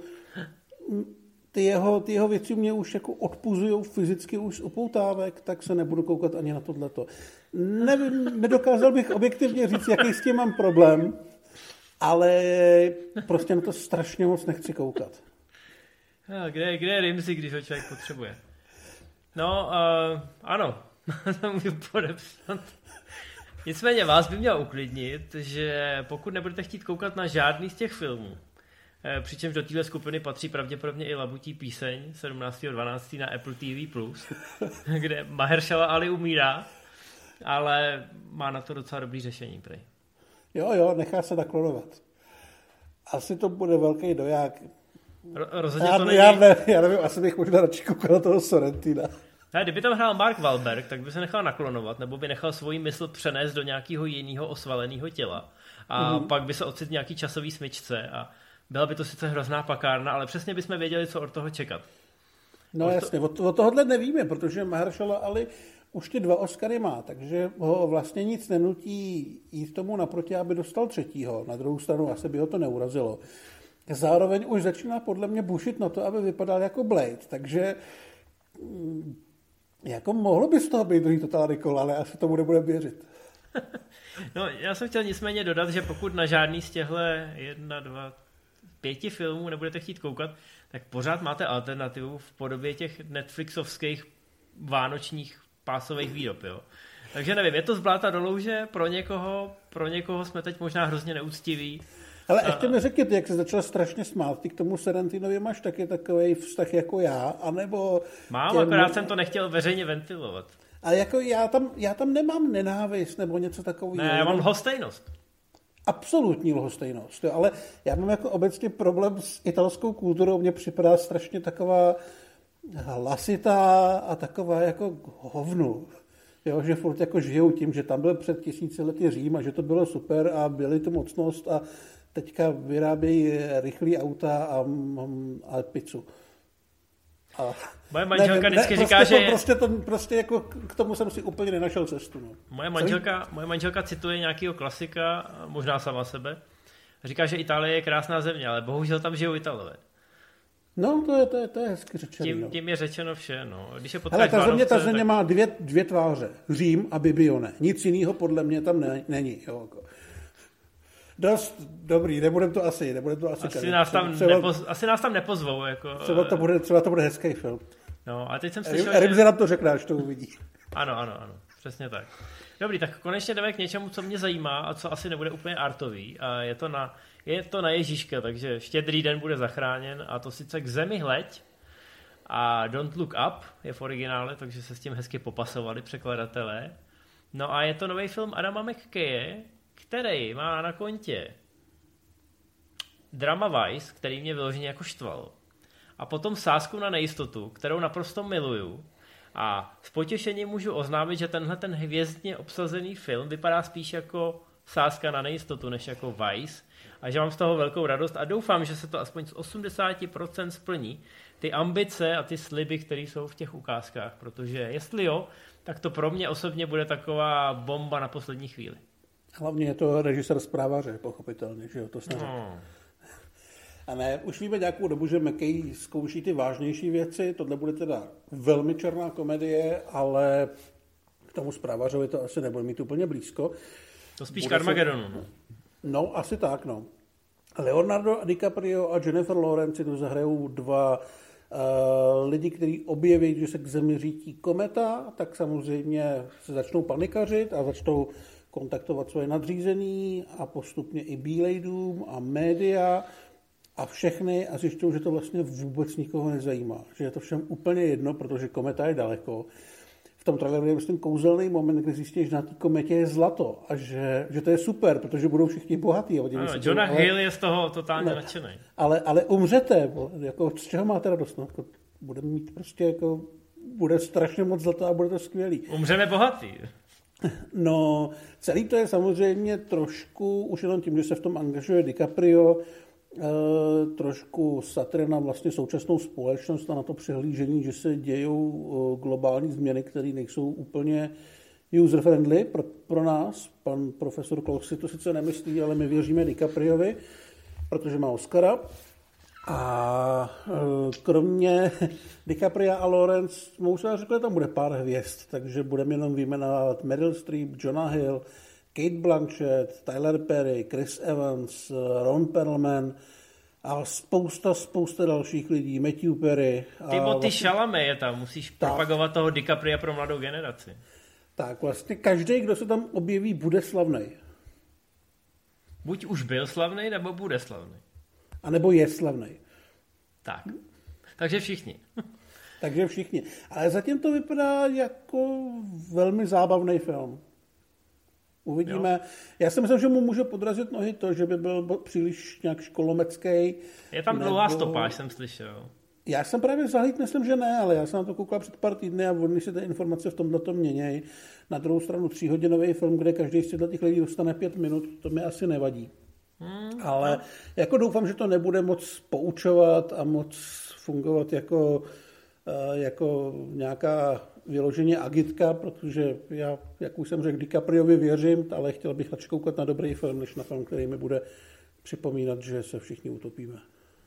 ty jeho, ty jeho věci mě už jako odpuzujou fyzicky už z upoutávek, tak se nebudu koukat ani na tohleto. Nevím, nedokázal bych objektivně říct, jaký s tím mám problém, ale prostě na to strašně moc nechci koukat.
A kde, kde je Rimsy, když ho člověk potřebuje? No, uh, ano, to můžu podepsat. Nicméně vás by měl uklidnit, že pokud nebudete chtít koukat na žádný z těch filmů, přičemž do téhle skupiny patří pravděpodobně i Labutí píseň sedmnáctého dvanáctého na Apple T V plus, kde Mahershala Ali umírá, ale má na to docela dobrý řešení. Prej.
Jo, jo, nechá se naklonovat. Asi to bude velký doják.
Ro- rozhodně
já,
to není...
já, ne, já nevím, asi bych možná radši koukal na toho Sorrentina.
Ne, kdyby tam hrál Mark Wahlberg, tak by se nechal naklonovat, nebo by nechal svoji mysl přenést do nějakého jiného osvaleného těla. A mm-hmm. pak by se ocitl nějaký časový smyčce a byla by to sice hrozná pakárna, ale přesně bychom věděli, co od toho čekat.
No
od
jasně, to... od, od tohohle nevíme, protože Mahershala Ali už ty dva Oscary má, takže ho vlastně nic nenutí jít tomu naproti, aby dostal třetího. Na druhou stranu asi by ho to neurazilo. Zároveň už začíná podle mě bušit na to, aby vypadal jako Blade, takže jako mohlo by z toho být druhý Total Recall, ale asi tomu nebude věřit.
No, já jsem chtěl nicméně dodat, že pokud na žádný z těchto jedna, dva, pěti filmů nebudete chtít koukat, tak pořád máte alternativu v podobě těch netflixovských vánočních pásových výrob, jo. Takže nevím, je to z bláta do louže, pro někoho, pro někoho jsme teď možná hrozně neúctiví.
Ale ještě mi řekněte, jak se začal strašně smát, ty k tomu Sorrentinovi máš taky takový vztah jako já, anebo...
Mám, těm... akorát jsem to nechtěl veřejně ventilovat.
Ale jako já tam, já tam nemám nenávist nebo něco takového.
Ne, já mám lhostejnost.
Absolutní lhostejnost, jo, ale já mám jako obecně problém s italskou kulturou, mně připadá strašně taková hlasitá a taková jako hovnu. Jo, že furt jako žijou tím, že tam byl před tisíci lety Řím a že to bylo super a byli tu mocnost a teďka vyrábějí rychlý auta a, a pizzu. A
moje manželka
nevím,
vždycky
ne,
říká,
prostě
že...
To, prostě, to, prostě jako k tomu jsem si úplně nenašel cestu. No.
Moje manželka, moje manželka cituje nějakého klasika, možná sama sebe, říká, že Itálie je krásná země, ale bohužel tam žijou Italové.
No, to je, to je, to je hezky řečeno.
Tím,
no.
tím je řečeno vše. No. Když je
Ale ta země, ta země
tak...
má dvě, dvě tváře. Řím a Bibione. Nic jiného podle mě tam ne, není. Jo, jako. Dost dobrý, nebudem to asi, nebudem to asi.
Asi, nás tam, třeba, nepoz, asi nás tam nepozvou. Jako,
třeba, to bude, třeba to bude hezký film.
No, a teď jsem slyšel,
Rimze
že...
nám to řekne, až to uvidí.
Ano, ano, ano, přesně tak. Dobrý, tak konečně jdeme k něčemu, co mě zajímá a co asi nebude úplně artový. A je to na, je to na Ježíška, takže štědrý den bude zachráněn, a to sice K zemi hleď a Don't Look Up je v originále, takže se s tím hezky popasovali překladatelé. No a je to nový film Adama McKaye, který má na kontě Drama Vice, který mě vyloženě jako štval. A potom Sázku na nejistotu, kterou naprosto miluju. A s potěšením můžu oznámit, že tenhle ten hvězdně obsazený film vypadá spíš jako Sázka na nejistotu, než jako Vice. A že mám z toho velkou radost a doufám, že se to aspoň z osmdesát procent splní. Ty ambice a ty sliby, které jsou v těch ukázkách. Protože jestli jo, tak to pro mě osobně bude taková bomba na poslední chvíli.
Hlavně je to režisér zprávaře, pochopitelně, že jo, to snad. No. A ne, už víme nějakou dobu, že McKay zkouší ty vážnější věci, tohle bude teda velmi černá komedie, ale k tomu zprávařovi to asi nebude mít úplně blízko.
To spíš k Armagedonu. Se...
No, asi tak, no. Leonardo DiCaprio a Jennifer Lawrence tu zahrajou dva uh, lidi, kteří objeví, že se k zemi řítí kometa, tak samozřejmě se začnou panikařit a začnou kontaktovat svoje nadřízený a postupně i Bílej dům a média a všechny a zjišťují, že to vlastně vůbec nikoho nezajímá. Že je to všem úplně jedno, protože kometa je daleko. V tom traileru je myslím kouzelný moment, kdy zjistíš, že na té kometě je zlato a že, že to je super, protože budou všichni bohatí.
Ano, Jonah ale, Hill je z toho totálně ne, nadšený.
Ale, ale umřete. Jako, z čeho máte radost? No, jako, budeme mít prostě jako, bude strašně moc zlata a bude to skvělý.
Umřeme bohatý.
No, celý to je samozřejmě trošku, už jenom tím, že se v tom angažuje DiCaprio, eh, trošku satira na vlastně současnou společnost a na to přihlížení, že se dějou eh, globální změny, které nejsou úplně user-friendly pro, pro nás. Pan profesor Klaus si to sice nemyslí, ale my věříme DiCapriovi, protože má Oscara. A kromě DiCapria a Lawrence, mohu se řekl, tam bude pár hvězd, takže budeme jenom vyjmenovat Meryl Streep, Jonah Hill, Kate Blanchett, Tyler Perry, Chris Evans, Ron Perlman a spousta, spousta dalších lidí, Matthew Perry.
Timothy vlastně, Chalamet je tam, musíš tak propagovat toho DiCapria pro mladou generaci.
Tak vlastně každý, kdo se tam objeví, bude slavnej.
Buď už byl slavnej, nebo bude slavnej.
A nebo je slavnej.
Tak. Takže všichni.
Takže všichni. Ale zatím to vypadá jako velmi zábavný film. Uvidíme. Jo. Já si myslím, že mu může podrazit nohy to, že by byl příliš nějak školomecký.
Je tam nebo... dlouhá stopáž, jsem slyšel.
Já jsem právě zahlíd, myslím, že ne, ale já jsem na to koukal před pár týdny a oni si ty informace v tomhle to měnějí. Na druhou stranu tříhodinový film, kde každý z těch lidí dostane pět minut, to mi asi nevadí. Hmm, ale no. Jako doufám, že to nebude moc poučovat a moc fungovat jako, jako nějaká vyloženě agitka, protože já, jak už jsem řekl, DiCapriovi věřím, ale chtěl bych radši koukat na dobrý film, než na film, který mi bude připomínat, že se všichni utopíme.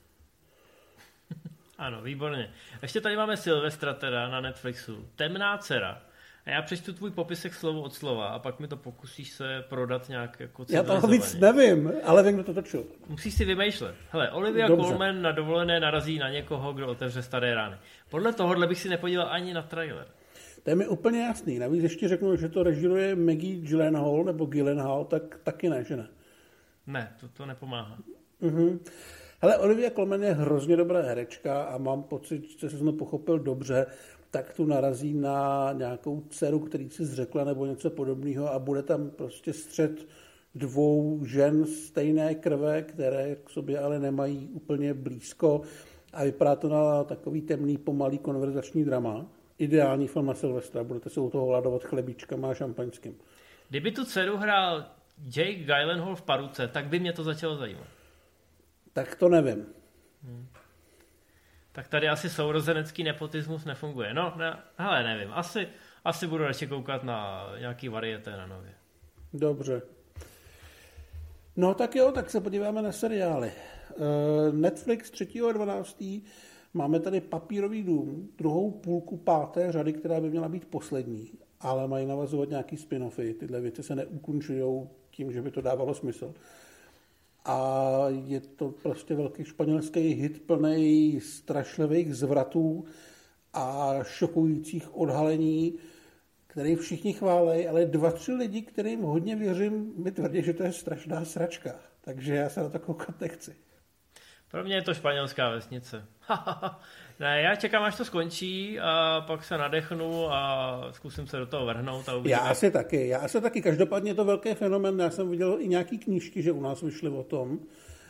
Ano, výborně. Ještě tady máme Silvestra teda na Netflixu. Temná dcera. A já přečtu tvůj popisek slovo od slova a pak mi to pokusíš se prodat nějak jako civilizovaně.
Já toho víc nevím, ale vím, kdo to točil.
Musíš si vymýšlet. Hele, Olivia Dobře. Colman na dovolené narazí na někoho, kdo otevře staré rány. Podle tohohle bych si nepodíval ani na trailer.
To je mi úplně jasný. Navíc ještě řeknu, že to režiruje Maggie Gyllenhaal nebo Gyllenhaal, tak taky ne, že ne?
Ne, to, to nepomáhá.
Mhm. Hele, Olivia Colman je hrozně dobrá herečka a mám pocit, že jsem to pochopil dobře, tak tu narazí na nějakou dceru, který si zřekla nebo něco podobného a bude tam prostě střet dvou žen stejné krve, které k sobě ale nemají úplně blízko a vypadá to na takový temný, pomalý konverzační drama. Ideální film na Silvestra, budete se u toho hladovat chlebíčkama a šampaňským.
Kdyby tu dceru hrál Jake Gyllenhaal v paruce, tak by mě to začalo zajímat.
Tak to nevím.
Hmm. Tak tady asi sourozenecký nepotismus nefunguje. No, ne, hele, nevím. Asi, asi budu radši koukat na nějaký varieté na Nově.
Dobře. No tak jo, tak se podíváme na seriály. Netflix třetího dvanáctého máme tady Papírový dům, druhou půlku páté řady, která by měla být poslední, ale mají navazovat nějaký spin-offy. Tyhle věci se neukončují tím, že by to dávalo smysl. A je to prostě velký španělský hit plný strašlivých zvratů a šokujících odhalení, který všichni chválej, ale dva, tři lidi, kterým hodně věřím, mi tvrdí, že to je strašná sračka. Takže já se na to koukat nechci.
Pro mě je to španělská vesnice. Ne, já čekám, až to skončí a pak se nadechnu a zkusím se do toho vrhnout. A
já asi taky, já asi taky. Každopádně je to velký fenomén. Já jsem viděl i nějaký knížky, že u nás vyšly o tom.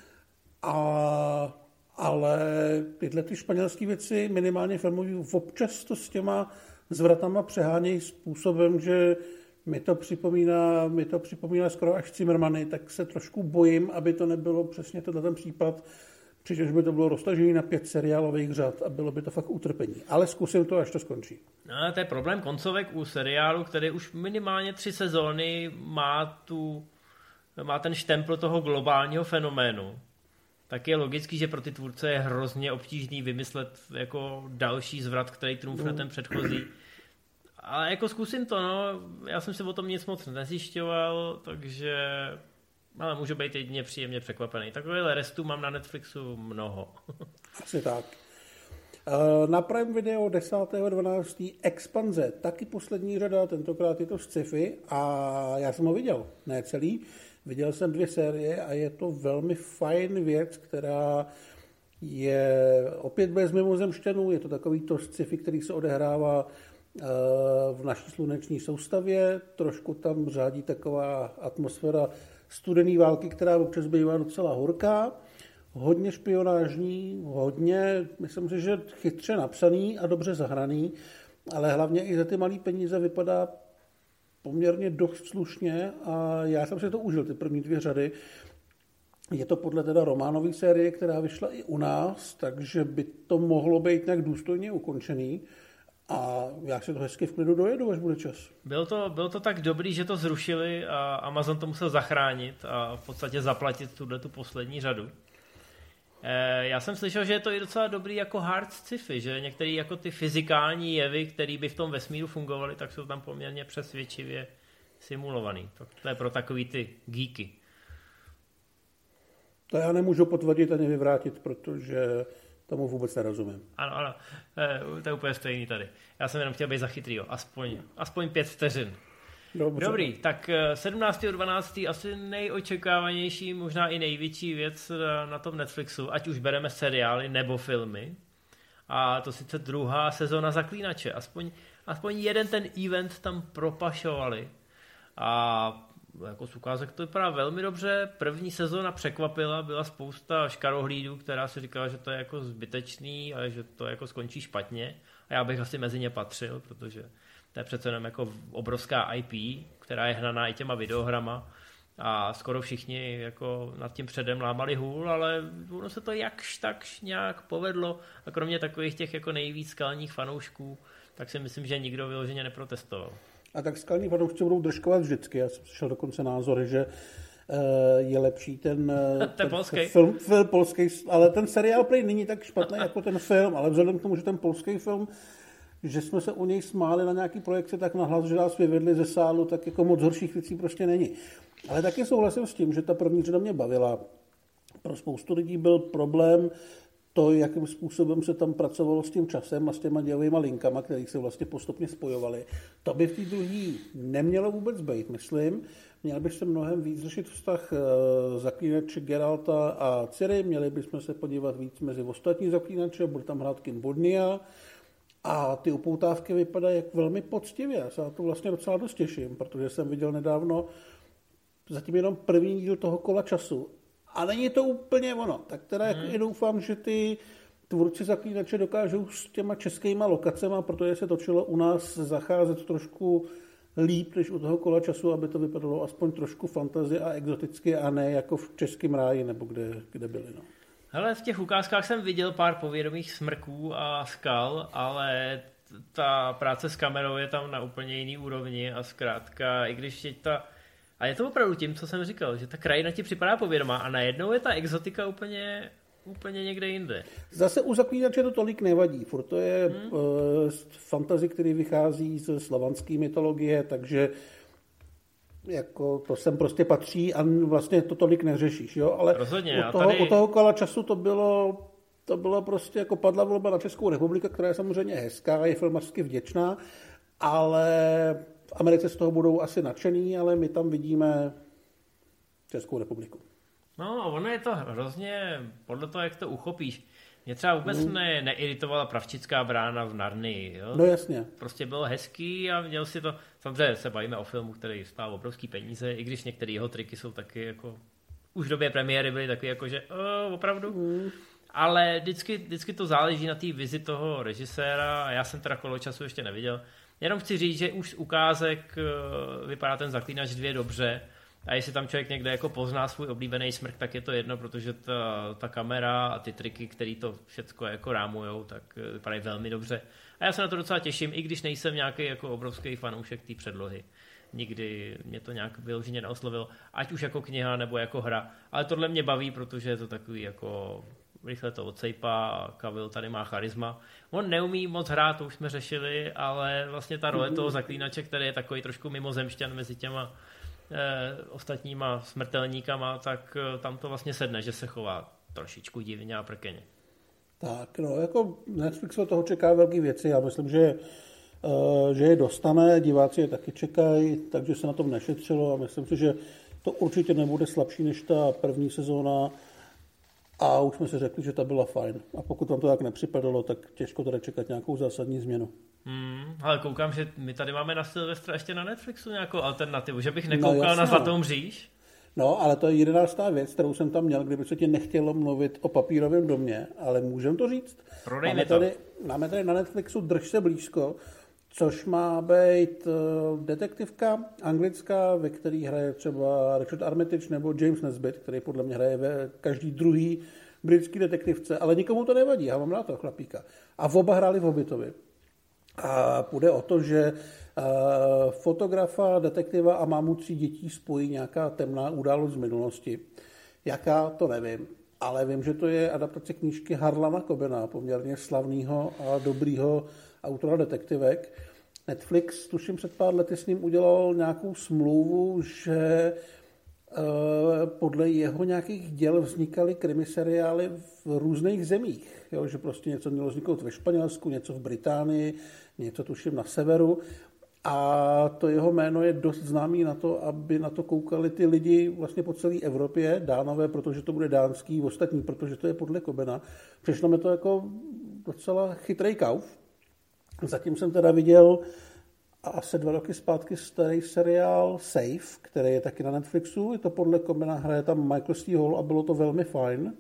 A, ale tyhle ty španělské věci, minimálně filmový, občas to s těma zvratama přehánějí způsobem, že mi to připomíná, mi to připomíná skoro až Cimrmany, tak se trošku bojím, aby to nebylo přesně tenhle ten případ, přičemž by to bylo roztažené na pět seriálových řad a bylo by to fakt utrpení. Ale zkusím to, až to skončí.
No, to je problém koncovek u seriálu, který už minimálně tři sezóny má, tu, má ten štempl toho globálního fenoménu. Tak je logický, že pro ty tvůrce je hrozně obtížný vymyslet jako další zvrat, který trumfne ten předchozí. Ale jako zkusím to, no. Já jsem si o tom nic moc nezjišťoval, takže... Ale můžu být jedině příjemně překvapený. Takovýhle restů mám na Netflixu mnoho.
Asi tak. Na Prime Video desátého dvanáctého Expanze, taky poslední řada, tentokrát je to sci-fi a já jsem ho viděl, ne celý. Viděl jsem dvě série a je to velmi fajn věc, která je opět bez mimozemšťanů. Je to takový to sci-fi, který se odehrává v naší sluneční soustavě. Trošku tam řádí taková atmosféra studené války, která občas bývá docela horká. Hodně špionážní, hodně, myslím si, že chytře napsaný a dobře zahraný, ale hlavně i za ty malé peníze vypadá poměrně dost slušně a já jsem si to užil, ty první dvě řady. Je to podle teda románové série, která vyšla i u nás, takže by to mohlo být nějak důstojně ukončený. A já si to hezky v klidu dojedu, až bude čas.
Bylo to, bylo to tak dobrý, že to zrušili a Amazon to musel zachránit a v podstatě zaplatit tuhle tu poslední řadu. E, já jsem slyšel, že je to i docela dobrý jako hard sci-fi, že některé jako ty fyzikální jevy, které by v tom vesmíru fungovaly, tak jsou tam poměrně přesvědčivě simulovaný. To, to je pro takový ty geeky.
To já nemůžu potvrdit ani vyvrátit, protože tomu vůbec nerozumím.
Ano, ano, to je úplně stejný tady. Já jsem jenom chtěl být zachytrýho, aspoň, aspoň pět vteřin.
Dobře.
Dobrý, tak sedmnáctého dvanáctého asi nejočekávanější, možná i největší věc na tom Netflixu, ať už bereme seriály nebo filmy. A to sice druhá sezóna Zaklínače. Aspoň, aspoň jeden ten event tam propašovali. A jako z ukázek to vypadá velmi dobře. První sezóna překvapila, byla spousta škarohlídů, která si říkala, že to je jako zbytečný a že to jako skončí špatně. A já bych asi mezi ně patřil, protože to je přece jenom jako obrovská í pé, která je hnaná i těma videohrama a skoro všichni jako nad tím předem lámali hůl, ale ono se to jakž takž nějak povedlo a kromě takových těch jako nejvíc skalních fanoušků, tak si myslím, že nikdo vyloženě neprotestoval.
A tak skalní fanoušci budou držkovat vždycky. Já jsem slyšel dokonce názory, že je lepší ten,
ten, ten
film, film polský, ale ten seriál prý není tak špatný jako ten film, ale vzhledem k tomu, že ten polský film, že jsme se u něj smáli na nějaký projekci, tak nahlas, že nás vyvedli ze sálu, tak jako moc horších věcí prostě není. Ale taky souhlasím s tím, že ta první řada mě bavila. Pro spoustu lidí byl problém to, jakým způsobem se tam pracovalo s tím časem a s těma dějovýma linkama, které se vlastně postupně spojovaly. To by v té druhé nemělo vůbec být, myslím. Měli by se mnohem víc řešit vztah zaklínače Geralta a Ciri, měli bychom se podívat víc mezi ostatní zaklínače, bude tam hrát Kim Bodnia a ty upoutávky vypadají jak velmi poctivě. Já se na to vlastně docela dost těším, protože jsem viděl nedávno zatím jenom první díl toho Kola času. A není to úplně ono. Tak teda hmm. jako i doufám, že ty tvůrci zaklínače dokážou s těma českýma lokacema, protože se točilo u nás, zacházet trošku líp než u toho Kola času, aby to vypadalo aspoň trošku fantazie a exoticky a ne jako v Českém ráji nebo kde, kde byli. No.
Hele, v těch ukázkách jsem viděl pár povědomých smrků a skal, ale ta práce s kamerou je tam na úplně jiný úrovni a zkrátka, i když je ta... A je to opravdu tím, co jsem říkal, že ta krajina ti připadá povědomá a najednou je ta exotika úplně, úplně někde jinde.
Zase u Zaklínače to tolik nevadí, furt to je hmm. uh, fantasy, který vychází ze slovanské mytologie, takže jako to sem prostě patří a vlastně to tolik neřešíš, jo, ale
rozhodně,
od toho,
tady...
od toho kola času to bylo, to bylo prostě jako padla volba na Českou republiku, která je samozřejmě hezká, je filmařsky vděčná, ale v Americe z toho budou asi nadšený, ale my tam vidíme Českou republiku.
No, ono je to hrozně podle toho, jak to uchopíš. Mě třeba vůbec mm. ne, neiritovala Pravčická brána v Narnii. Jo?
No jasně.
Prostě bylo hezký a měl si to... Samozřejmě se bavíme o filmu, který stál obrovský peníze, i když některé jeho triky jsou taky jako... Už v době premiéry byly taky jako, že oh, opravdu. Mm. Ale vždycky, vždycky to záleží na té vizi toho režiséra a já jsem teda Kolo času ještě neviděl. Jenom chci říct, že už z ukázek vypadá ten Zaklínač dvě dobře. A jestli tam člověk někde jako pozná svůj oblíbený smrk, tak je to jedno, protože ta, ta kamera a ty triky, které to všechno jako rámujou, tak vypadají velmi dobře. A já se na to docela těším, i když nejsem nějaký jako obrovský fanoušek té předlohy. Nikdy mě to nějak vyloženě neoslovilo, ať už jako kniha nebo jako hra. Ale tohle mě baví, protože je to takový jako rychle to odsejpá a Cavill tady má charisma. On neumí moc hrát, to už jsme řešili, ale vlastně ta role toho Zaklínače, který je takový trošku mimozemšťan mezi těma Eh, ostatníma smrtelníkama, tak eh, tam to vlastně sedne, že se chová trošičku divně a prkeně.
Tak, no, jako Netflix od toho čeká velké věci. Já myslím, že, uh, že je dostane, diváci je taky čekají, takže se na tom nešetřilo a myslím si, že to určitě nebude slabší než ta první sezóna a už jsme si řekli, že ta byla fajn. A pokud vám to tak nepřipadalo, tak těžko tady čekat nějakou zásadní změnu.
Hmm, ale koukám, že my tady máme na Silvestra ještě na Netflixu nějakou alternativu, že bych nekoukal no, na Zlatou mříž.
No, ale to je jedenáctá věc, kterou jsem tam měl, kdyby se ti nechtělo mluvit o Papírovém domě, ale můžem to říct.
Prodej
máme,
mi to.
Tady, máme tady na Netflixu Drž se blízko, což má být uh, detektivka anglická, ve který hraje třeba Richard Armitage nebo James Nesbitt, který podle mě hraje ve každý druhý britský detektivce, ale nikomu to nevadí, já mám rád toho chlapíka. A v oba hráli v Hobbitovi. A půjde o to, že uh, fotografa, detektiva a mámu tří dětí spojí nějaká temná událost z minulosti. Jaká, to nevím, ale vím, že to je adaptace knížky Harlana Cobena, poměrně slavného a dobrýho autora detektivek. Netflix, tuším před pár lety s ním udělal nějakou smlouvu, že uh, podle jeho nějakých děl vznikaly krimiseriály v různých zemích. Jo, že prostě něco mělo vzniknout ve Španělsku, něco v Británii, něco tuším na severu. A to jeho jméno je dost známý na to, aby na to koukali ty lidi vlastně po celé Evropě, Dánové, protože to bude dánský, ostatní, protože to je podle Cobena. Přišlo mi to jako docela chytrý kauf. Zatím jsem teda viděl asi dva roky zpátky starý seriál Safe, který je taky na Netflixu. Je to podle Cobena, hraje tam Michael C. Hall a bylo to velmi fajn.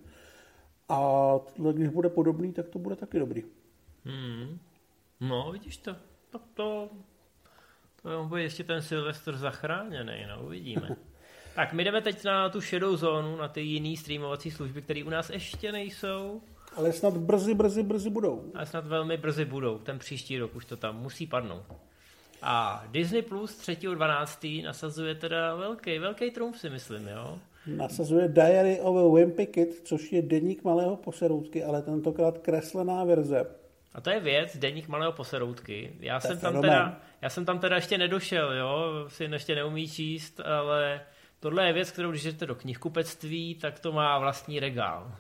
A když bude podobný, tak to bude taky dobrý.
Hmm. No, vidíš to. Tak to, to bude ještě ten Silvestr zachráněný, no, uvidíme. Tak my jdeme teď na tu šedou zónu, na ty jiný streamovací služby, které u nás ještě nejsou.
Ale snad brzy, brzy, brzy budou.
Ale snad velmi brzy budou. Ten příští rok už to tam musí padnout. A Disney Plus třetího dvanáctého nasazuje teda velký, velký trumf, si myslím, jo?
Nasazuje Diary of a Wimpy Kid, což je deník malého poseroutky, ale tentokrát kreslená verze.
A to je věc, deník malého poseroutky. Já jsem tam teda, já jsem tam teda ještě nedošel, jo, si ještě neumí číst, ale tohle je věc, kterou když jdete do knihkupectví, tak to má vlastní regál.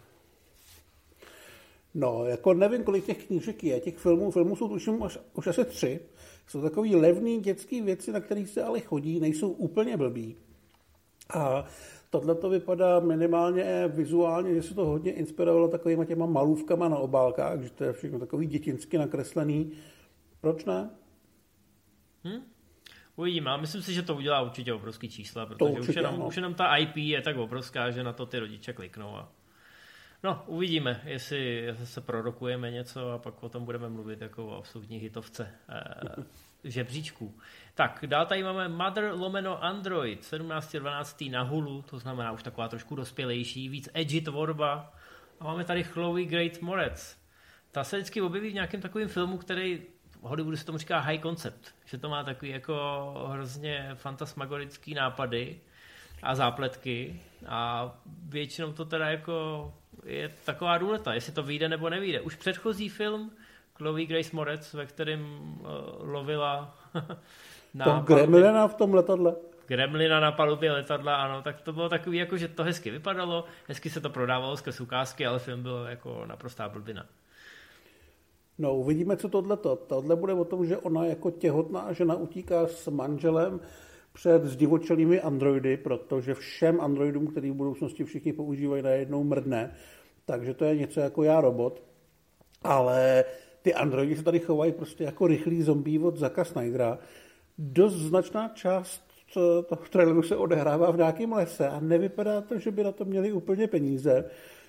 No, jako nevím, kolik těch knížek je, těch filmů, filmů jsou tuším už, už asi tři. Jsou takový levný dětský věci, na kterých se ale chodí, nejsou úplně blbý. A tohle to vypadá minimálně vizuálně, že se to hodně inspirovalo takovýma těma malůvkama na obálkách, že to je všechno takový dětinsky nakreslený. Proč ne?
Hm? Uvidíme, ale myslím si, že to udělá určitě obrovský čísla, protože určitě, už, jenom, už jenom ta í pé je tak obrovská, že na to ty rodiče kliknou. A... No, uvidíme, jestli se prorokujeme něco a pak o tom budeme mluvit jako o absolutní hitovce eh, žebříčků. Tak, dál tady máme Mother lomeno Android, sedmnáctého dvanáctého na Hulu, to znamená už taková trošku dospělejší, víc edgy tvorba, A máme tady Chloe Grace Moretz. Ta se vždycky objeví v nějakém takovém filmu, který v Hollywoodu se tomu říká high concept, že to má takový jako hrozně fantasmagorický nápady a zápletky a většinou to teda jako je taková důleta, jestli to vyjde nebo nevyjde. Už předchozí film Chloe Grace Moretz, ve kterém uh, lovila na
to Gremlina v tom letadle.
Gremlina na palubě letadla, ano, tak to bylo takový, jako, že to hezky vypadalo, hezky se to prodávalo skrz ukázky, ale film byl jako naprostá blbina.
No, uvidíme, co tohleto. Tohle bude o tom, že ona jako těhotná žena utíká s manželem před zdivočelými androidy, protože všem androidům, který v budoucnosti všichni používají, najednou mrdne. Takže to je něco jako Já robot. Ale ty androidi se tady chovají prostě jako rychlý zombie od Zacka Snydera. Dost značná část toho traileru se odehrává v nějakém lese a nevypadá to, že by na to měli úplně peníze.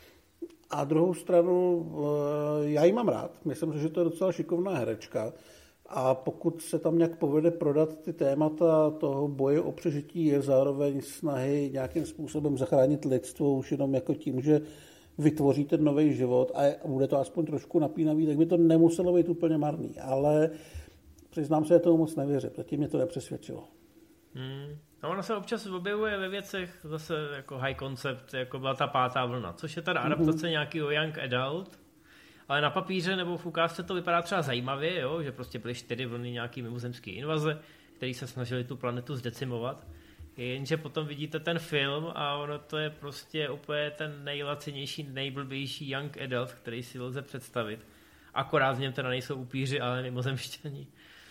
A druhou stranu, já ji mám rád. Myslím si, že to je docela šikovná herečka. A pokud se tam nějak povede prodat ty témata toho boje o přežití, je zároveň snahy nějakým způsobem zachránit lidstvo už jenom jako tím, že vytvoří ten nový život a bude to aspoň trošku napínavý, tak by to nemuselo být úplně marný. Ale přiznám se, že tomu moc nevěřím. Zatím mě to nepřesvědčilo.
Hmm. No, ono se občas objevuje ve věcech zase jako high concept, jako byla ta pátá vlna, což je teda adaptace mm-hmm. nějakého young adult, ale na papíře nebo v ukázce to vypadá třeba zajímavě, jo? Že prostě byly čtyři vlny nějaký mimozemský invaze, který se snažili tu planetu zdecimovat, jenže potom vidíte ten film a ono to je prostě úplně ten nejlacinější, nejblbější young adult, který si lze představit. Akorát v něm teda nejsou upíři, ale mimozemšťani.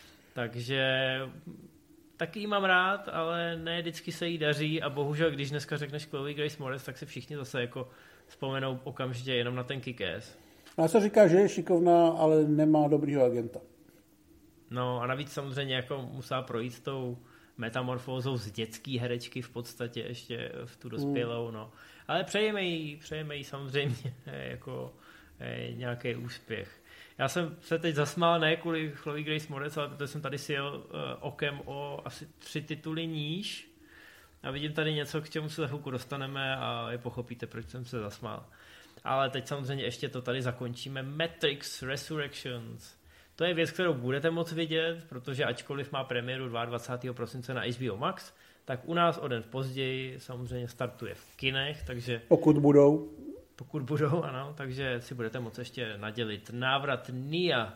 Takže taky jí mám rád, ale ne vždycky se jí daří a bohužel, když dneska řekneš Chloe Grace Moretz, tak si všichni zase jako vzpomenou okamžitě jenom na ten Kick-Ass.
Já se říká, že je šikovná, ale nemá dobrýho agenta.
No a navíc samozřejmě jako musela projít tou metamorfózou z dětský herečky v podstatě ještě v tu dospělou, mm. no. Ale přejeme jí, přejeme jí samozřejmě jako eh, nějaký úspěch. Já jsem se teď zasmál ne kvůli Chloe Grace Moretz, ale protože jsem tady sjel uh, okem o asi tři tituly níž a vidím tady něco, k čemu se za chvilku dostaneme a je pochopíte, proč jsem se zasmál. Ale teď samozřejmě ještě to tady zakončíme. Matrix Resurrections. To je věc, kterou budete moct vidět, protože ačkoliv má premiéru dvacátého druhého prosince na H B O Max, tak u nás o den později samozřejmě startuje v kinech, takže...
Pokud budou.
Pokud budou, ano, takže si budete moct ještě nadělit návrat Nia.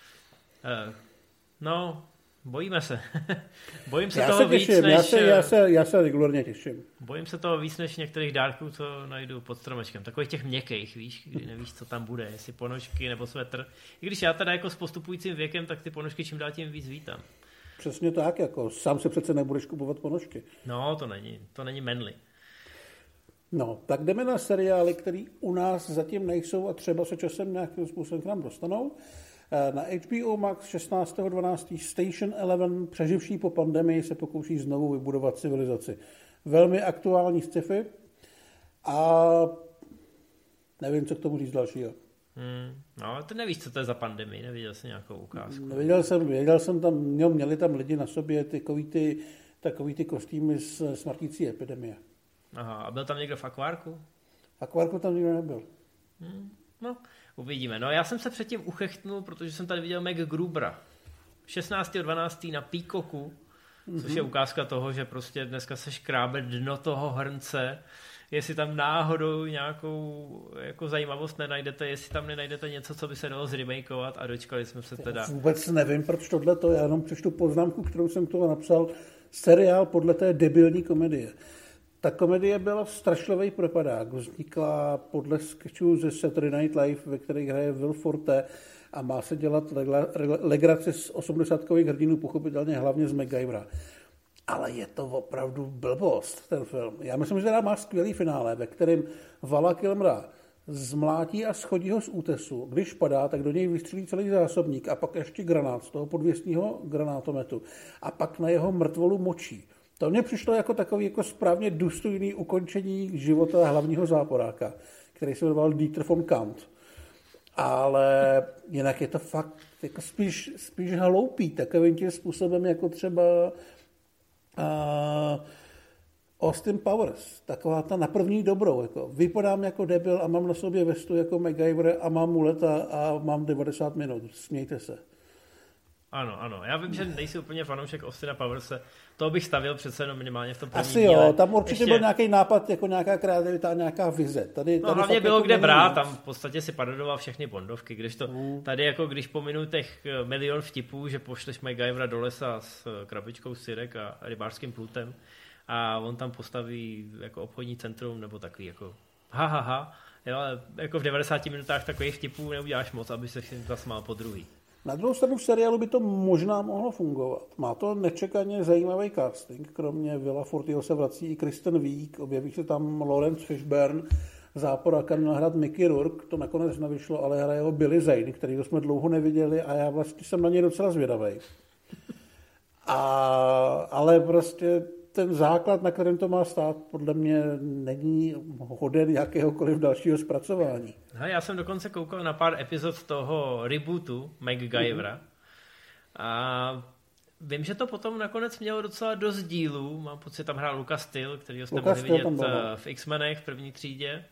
Uh, no, bojíme se. Bojím se
já
toho
se
víc,
těším,
než...
Já se, já, se, já se regulárně těším.
Bojím se toho víc, než některých dárků, co najdu pod stromečkem. Takových těch měkkých, víš, kdy nevíš, co tam bude, jestli ponožky nebo svetr. I když já teda jako s postupujícím věkem, tak ty ponožky čím dál tím víc vítám.
Přesně tak, jako sám se přece nebudeš kupovat ponožky.
No, to není, to není manly.
No, tak jdeme na seriály, které u nás zatím nejsou a třeba se časem nějakým způsobem k nám dostanou. Na H B O Max šestnáctého dvanáctého Station Eleven, přeživší po pandemii, se pokouší znovu vybudovat civilizaci. Velmi aktuální sci-fi a nevím, co k tomu říct dalšího.
Hmm, no, ale ty nevíš, co to je za pandemii, neviděl jsi nějakou ukázku.
Neviděl jsem, věděl jsem tam, měli tam lidi na sobě takový ty, takový ty kostýmy z smrtící epidemie.
Aha, a byl tam někdo v akvárku?
V akvárku tam nikdo nebyl.
Hmm, no, uvidíme. No, já jsem se předtím uchechtnul, protože jsem tady viděl Meg Grubera. šestnáctého dvanáctého na Peacocku, mm-hmm. což je ukázka toho, že prostě dneska se škrábe dno toho hrnce. Jestli tam náhodou nějakou jako zajímavost nenajdete, jestli tam nenajdete něco, co by se dalo zremakeovat a dočkali jsme se teda.
Já vůbec nevím, proč tohleto, já jenom přečtu poznámku, kterou jsem toho napsal, seriál podle té debilní komedie. Ta komedie byla strašlivý propadák. Vznikla podle sketchů ze Saturday Night Live, ve kterých hraje Will Forte a má se dělat legraci z osmdesátkových hrdinů, pochopitelně hlavně z MacGyvera. Ale je to opravdu blbost, ten film. Já myslím, že teda má skvělý finále, ve kterém Vala Kilmera zmlátí a schodí ho z útesu. Když padá, tak do něj vystřelí celý zásobník a pak ještě granát z toho podvěsního granátometu. A pak na jeho mrtvolu močí. To mně přišlo jako takový jako správně důstojný ukončení života hlavního záporáka, který se jmenoval Dieter von Kant. Ale jinak je to fakt jako spíš, spíš hloupý, takovým tím způsobem jako třeba uh, Austin Powers, taková ta na první dobrou. Jako, vypadám jako debil a mám na sobě vestu jako MacGyver a mám muleta a mám devadesát minut. Smějte se.
Ano, ano. Já vím, že nejsi úplně fanoušek Austina Powerse. To bych stavil přece jenom minimálně v tom prvním
Asi
díle.
jo, tam určitě
Ještě...
byl nějaký nápad, jako nějaká kreativita, nějaká vize. Tady,
no
tady
hlavně bylo
jako
kde brát,
nic.
tam v podstatě si parodoval všechny Bondovky, když to mm. tady jako když pominu těch milion vtipů, že pošleš MacGyvera do lesa s krabičkou syrek a rybářským plutem a on tam postaví jako obchodní centrum nebo takový jako ha ha ha, jo, ale jako v devadesáti minutách takových vtipů neuděláš moc, aby se si zasmál po druhý.
Na druhou stranu v seriálu by to možná mohlo fungovat. Má to nečekaně zajímavý casting, kromě Willa Fortyho se vrací i Kristen Wiig, objeví se tam Lawrence Fishburne, záporáka měl hrát Mickey Rourke, to nakonec nevyšlo, ale hraje ho Billy Zane, který jsme dlouho neviděli a já vlastně jsem na něj docela zvědavej. A, ale prostě ten základ, na kterém to má stát, podle mě není hoden jakéhokoliv dalšího zpracování.
No, já jsem dokonce koukal na pár epizod toho rebootu MacGyvera mm-hmm. a vím, že to potom nakonec mělo docela dost dílů. Mám pocit, tam hrál Lucas Till, kterýho jste mohli vidět v X-menech v první třídě.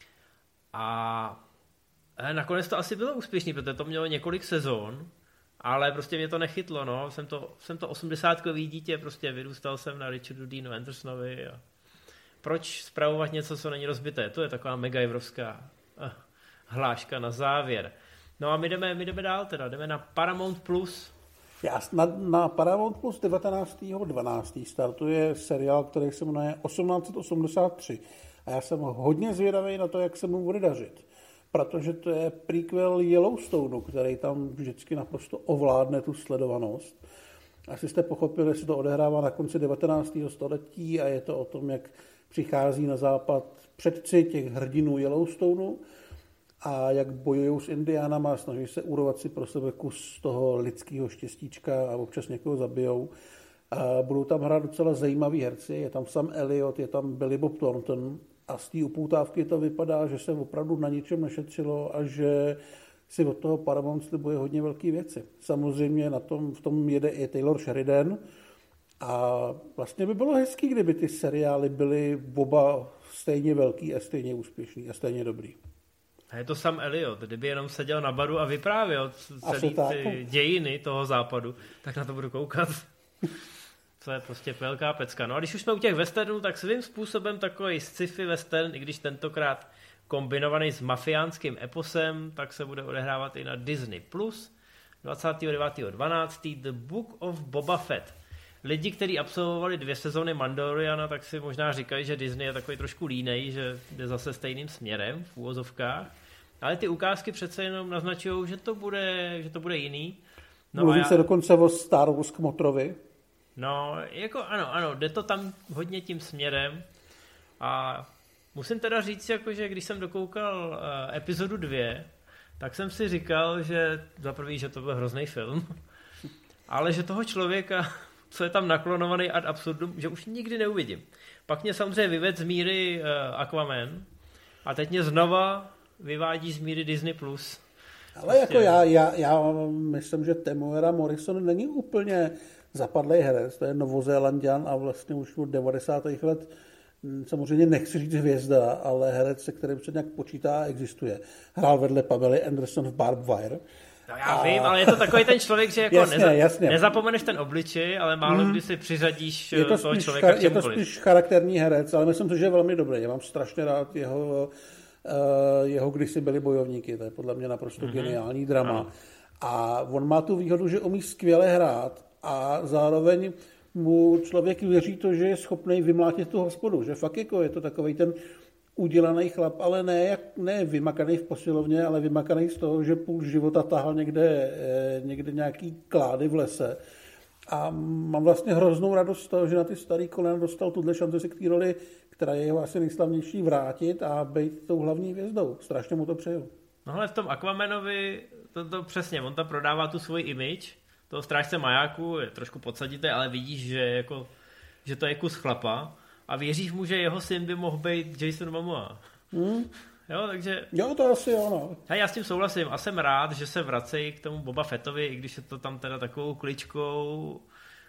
A nakonec to asi bylo úspěšný, protože to mělo několik sezon, ale prostě mě to nechytlo, no. Jsem to, jsem to osmdesátkový dítě, prostě vyrůstal jsem na Richardu Deanu Andersonovi a proč spravovat něco, co není rozbité? To je taková MacGyverovská uh, hláška na závěr. No a my jdeme, my jdeme dál teda, jdeme na Paramount Plus.
Já, na, na Paramount Plus devatenáctého dvanáctého startuje seriál, který se jmenuje osmnáct osmdesát tři a já jsem hodně zvědavý na to, jak se mu bude dařit. Protože to je prequel Yellowstoneu, který tam vždycky naprosto ovládne tu sledovanost. Asi jste pochopili, že se to odehrává na konci devatenáctého století a je to o tom, jak přichází na západ předci těch hrdinů Yellowstoneu a jak bojují s indiánama a snaží se urovat si pro sebe kus toho lidského štěstíčka a občas někoho zabijou. A budou tam hrát docela zajímaví herci, je tam Sam Elliott, je tam Billy Bob Thornton a z té upoutávky to vypadá, že se opravdu na ničem nešetřilo a že si od toho Paramount slibuje hodně velké věci. Samozřejmě na tom, v tom jede i Taylor Sheridan a vlastně by bylo hezký, kdyby ty seriály byly oba stejně velký a stejně úspěšný a stejně dobrý.
A je to Sam Elliott, kdyby jenom seděl na baru a vyprávěl celý ty dějiny toho západu, tak na to budu koukat. To je prostě velká pecka. No a když už jsme u těch westernů, tak svým způsobem takový sci-fi western, i když tentokrát kombinovaný s mafiánským eposem, tak se bude odehrávat i na Disney plus. dvacátého devátého dvanáctého The Book of Boba Fett. Lidi, kteří absolvovali dvě sezóny Mandaloriana, tak si možná říkají, že Disney je takový trošku línej, že jde zase stejným směrem v úvozovkách. Ale ty ukázky přece jenom naznačují, že to bude, že to bude jiný.
No Mluví já... se dokonce o Star Wars Kmotrovi.
No, jako ano, ano, jde to tam hodně tím směrem a musím teda říct, jako, že když jsem dokoukal uh, epizodu dvě, tak jsem si říkal, že za prvý, že to byl hrozný film, ale že toho člověka, co je tam naklonovaný ad absurdum, že už nikdy neuvidím. Pak mě samozřejmě vyvedl z míry uh, Aquaman a teď mě znova vyvádí z míry Disney plus.
Ale prostě... jako já, já, já myslím, že Temuera Morrison není úplně zapadlý herec, to je Novozélanďan a vlastně už od devadesátých let samozřejmě nechci říct hvězda, ale herec, se kterým se nějak počítá a existuje. Hrál vedle Pamely Anderson v Barbed Wire.
No já a... vím, ale je to takový ten člověk, že jako
jasně,
neza...
jasně.
nezapomeneš ten obličej, ale málo mm. kdy si přiřadíš
je to
toho
spíš
člověka
char-
k
Je to
čemukoliv.
spíš charakterní herec, ale myslím si, že je velmi dobrý. Já mám strašně rád jeho, uh, jeho Kdysi byli bojovníky, to je podle mě naprosto mm-hmm. geniální drama. No. A on má tu výhodu, že umí skvěle hrát a zároveň mu člověk věří to, že je schopný vymlátit tu hospodu, že fakt jako je to takovej ten udělaný chlap, ale ne, jak, ne vymakaný v posilovně, ale vymakaný z toho, že půl života tahal někde, někde nějaký klády v lese. A mám vlastně hroznou radost z toho, že na ty starý kolena dostal tuhle šanci si k té roli, která je jeho asi nejslavnější, vrátit a být tou hlavní hvězdou. Strašně mu to přeju.
No ale v tom Aquamanovi to, to přesně, on tam prodává tu svoji image, toho strážce majáku, je trošku podsadité, ale vidíš, že, jako, že to je kus chlapa a věříš mu, že jeho syn by mohl být Jason Momoa.
Hmm.
Jo, takže...
Jo, to asi jo, no.
Hej, já s tím souhlasím a jsem rád, že se vracejí k tomu Boba Fettovi, i když je to tam teda takovou kličkou,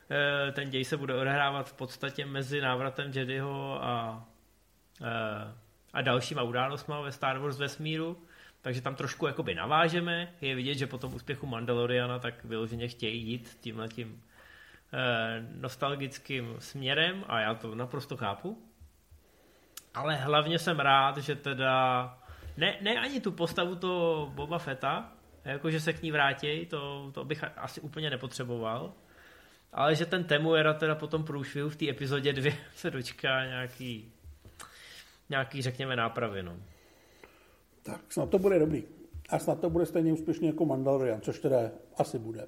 ten děj se bude odehrávat v podstatě mezi návratem Jediho a, a dalšíma událostma ve Star Wars vesmíru, takže tam trošku jakoby navážeme. Je vidět, že po tom úspěchu Mandaloriana tak vyloženě chtějí jít tímhletím nostalgickým směrem a já to naprosto chápu. Ale hlavně jsem rád, že teda ne, ne ani tu postavu toho Boba Fetta, jakože se k ní vrátí, to, to bych asi úplně nepotřeboval, ale že ten Temuera teda po tom průšvihu v té epizodě dvě se dočká nějaký, nějaký řekněme nápravy. No.
Tak snad to bude dobrý. A snad to bude stejně úspěšný jako Mandalorian, což teda asi bude.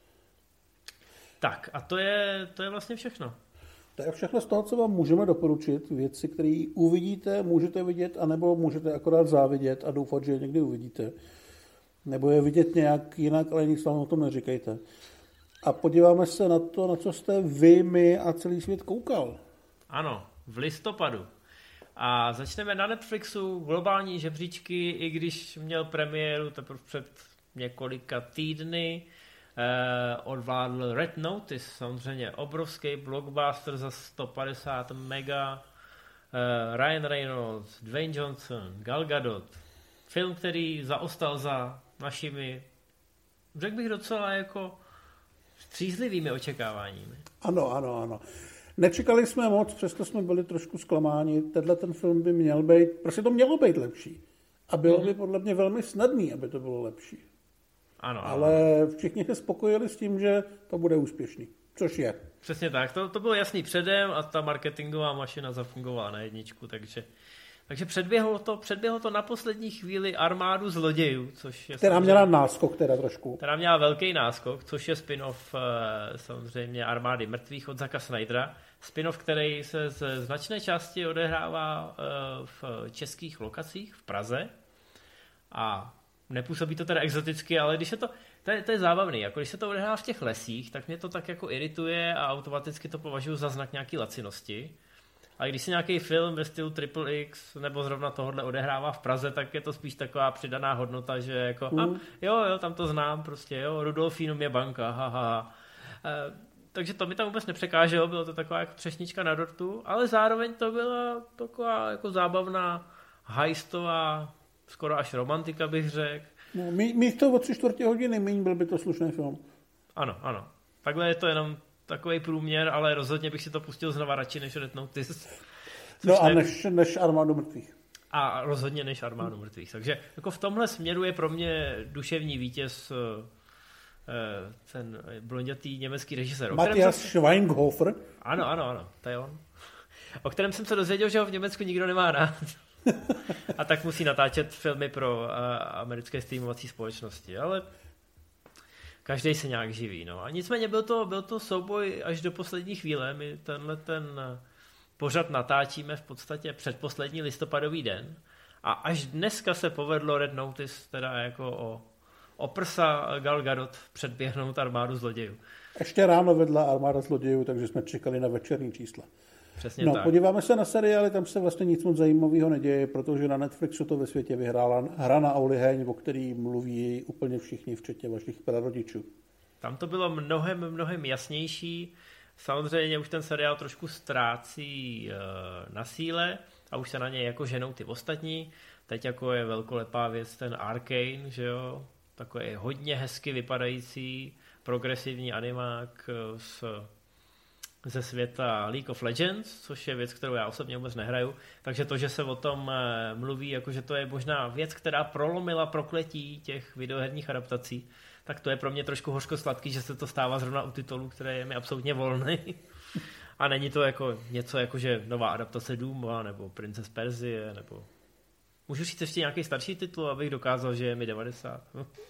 Tak a to je, to je vlastně všechno.
To je všechno z toho, co vám můžeme doporučit. Věci, které uvidíte, můžete vidět, anebo můžete akorát závidět a doufat, že je někdy uvidíte. Nebo je vidět nějak jinak, ale nic vám o tom neříkejte. A podíváme se na to, na co jste vy, my a celý svět koukal.
Ano, v listopadu. A začneme na Netflixu, globální žebříčky, i když měl premiéru teprve před několika týdny. Eh, odvládl Red Notice, samozřejmě obrovský blockbuster za sto padesát mega, eh, Ryan Reynolds, Dwayne Johnson, Gal Gadot, film, který zaostal za našimi, řekl bych docela jako střízlivými očekáváními.
Ano, ano, ano. Nečekali jsme moc, přesto jsme byli trošku zklamáni. Tenhle ten film by měl být, prostě to mělo být lepší. A bylo mm-hmm. by podle mě velmi snadný, aby to bylo lepší.
Ano,
ale ano. Všichni se spokojili s tím, že to bude úspěšný. Což je.
Přesně tak. To, to bylo jasný předem a ta marketingová mašina zafungovala na jedničku, takže, takže předběhlo, to, předběhlo to na poslední chvíli armádu zlodějů, což je...
Která měla náskok teda trošku.
Která měla velký náskok, což je spin-off samozřejmě armády mrtvých od Zacka Snydera. Spin-off, který se z značné části odehrává v českých lokacích v Praze a nepůsobí to teda exoticky, ale když je to, to je, to je zábavný, jako když se to odehrává v těch lesích, tak mě to tak jako irituje a automaticky to považuji za znak nějaký lacinosti. A když se nějaký film ve stylu Triple X nebo zrovna tohohle odehrává v Praze, tak je to spíš taková přidaná hodnota, že jako mm. a, jo, jo, tam to znám prostě, jo, Rudolfínum je banka, haha. Ha. E, takže to mi tam vůbec nepřekáželo, bylo to taková jako třešnička na dortu, ale zároveň to byla taková jako zábavná heistová skoro až romantika, bych řekl.
No, místo o tři čtvrtě hodiny míň byl by to slušný film.
Ano, ano. Takhle je to jenom takový průměr, ale rozhodně bych si to pustil znova radši než Red Notice.
No a než, než Armádu mrtvých.
A rozhodně než Armádu mrtvých. Takže jako v tomhle směru je pro mě duševní vítěz ten blondětý německý režisér.
Matthias jsem... Schweighöfer.
Ano, ano, ano, to je on. O kterém jsem se dozvěděl, že ho v Německu nikdo nemá rád. A tak musí natáčet filmy pro uh, americké streamovací společnosti, ale každý se nějak živí. No. A nicméně byl to, byl to souboj až do poslední chvíle. My tenhle ten pořad natáčíme v podstatě předposlední listopadový den a až dneska se povedlo Red Notice teda jako o, o prsa Gal Gadot předběhnout armádu zlodějů.
Ještě ráno vedla armáda zlodějů, takže jsme čekali na večerní čísla.
Přesně
no,
tak.
Podíváme se na seriály, tam se vlastně nic moc zajímavého neděje, protože na Netflixu to ve světě vyhrála hra na Oliheň, o který mluví úplně všichni, včetně vašich prarodičů.
Tam to bylo mnohem, mnohem jasnější. Samozřejmě už ten seriál trošku ztrácí e, na síle a už se na něj jako ženou ty ostatní. Teď jako je velkolepá věc ten Arcane, že jo? Takový hodně hezky vypadající progresivní animák s ze světa League of Legends, což je věc, kterou já osobně vůbec nehraju, takže to, že se o tom mluví, jako že to je možná věc, která prolomila prokletí těch videoherních adaptací, tak to je pro mě trošku hořko-sladký, že se to stává zrovna u titulu, který je mi absolutně volný. A není to jako něco jako, že nová adaptace Dooma, nebo Princess Persie, nebo... Můžu říct ještě nějaký starší titul, abych dokázal, že je mi devadesát.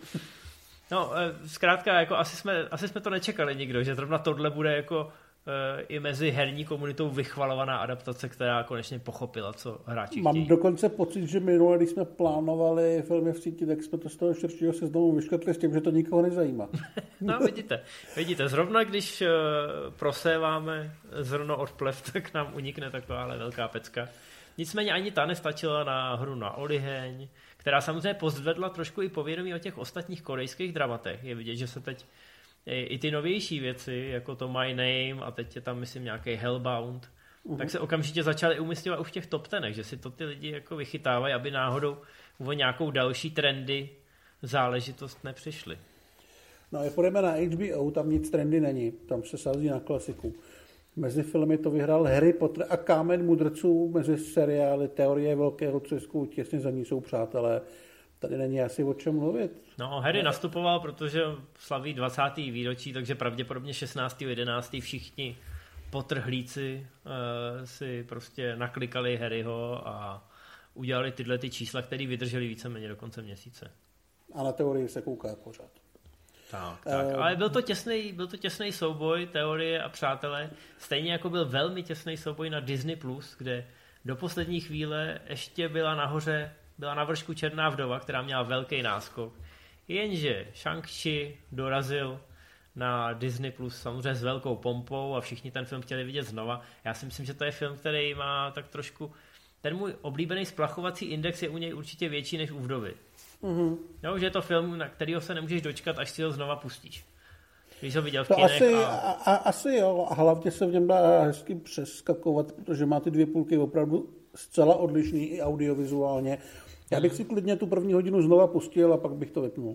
No, zkrátka, jako asi jsme, asi jsme to nečekali nikdo, že zrovna tohle bude jako i mezi herní komunitou vychvalovaná adaptace, která konečně pochopila, co hráči
Mám
chtějí.
dokonce pocit, že minule, když jsme plánovali filmy v síti, tak jsme to z toho širšího seznamu vyškrtli s tím, že to nikoho nezajímá.
No, vidíte, vidíte, zrovna když proséváme zrno od plev, tak nám unikne takováhle velká pecka. Nicméně ani ta nestačila na hru na Oliheň, která samozřejmě pozdvedla trošku i povědomí o těch ostatních korejských dramatech. Je vidět, že se teď i, i ty novější věci, jako to My Name a teď je tam, myslím, nějaký Hellbound, uh-huh. tak se okamžitě začaly umístěvat už v těch top tenech, že si to ty lidi jako vychytávají, aby náhodou o nějakou další trendy záležitost nepřišly.
No, jak půjdeme na H B O, tam nic trendy není, tam se sází na klasiku. Mezi filmy to vyhrál Harry Potter a Kámen mudrců, mezi seriály Teorie velkého třesku, těsně za ní jsou Přátelé. Tady není asi o čem mluvit.
No, Harry nastupoval, protože slaví dvacáté výročí, takže pravděpodobně šestnáctého jedenáctého všichni potrhlíci uh, si prostě naklikali Harryho a udělali tyhle ty čísla, které vydržely víceméně do konce měsíce.
A na Teorii se kouká pořád.
Tak, tak. Uh, ale byl to těsný, byl to těsný souboj Teorie a Přátelé, stejně jako byl velmi těsný souboj na Disney plus, kde do poslední chvíle ještě byla nahoře, byla na vršku Černá vdova, která měla velký náskok. Jenže Shang-Chi dorazil na Disney plus samozřejmě s velkou pompou a všichni ten film chtěli vidět znova. Já si myslím, že to je film, který má tak trošku, ten můj oblíbený splachovací index je u něj určitě větší než u Vdovy. Mm-hmm. Jo, že je to film, na kterýho se nemůžeš dočkat, až si ho znova pustíš. Když ho viděl v kinech.
Asi,
a...
a, a, asi jo, a hlavně se v něm dá hezky přeskakovat, protože má ty dvě půlky opravdu zcela odlišný i audiovizuálně. Já bych si klidně tu první hodinu znova pustil a pak bych to vypnul.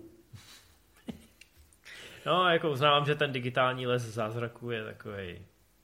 No, jako uznávám, že ten digitální les zázraku je takovej...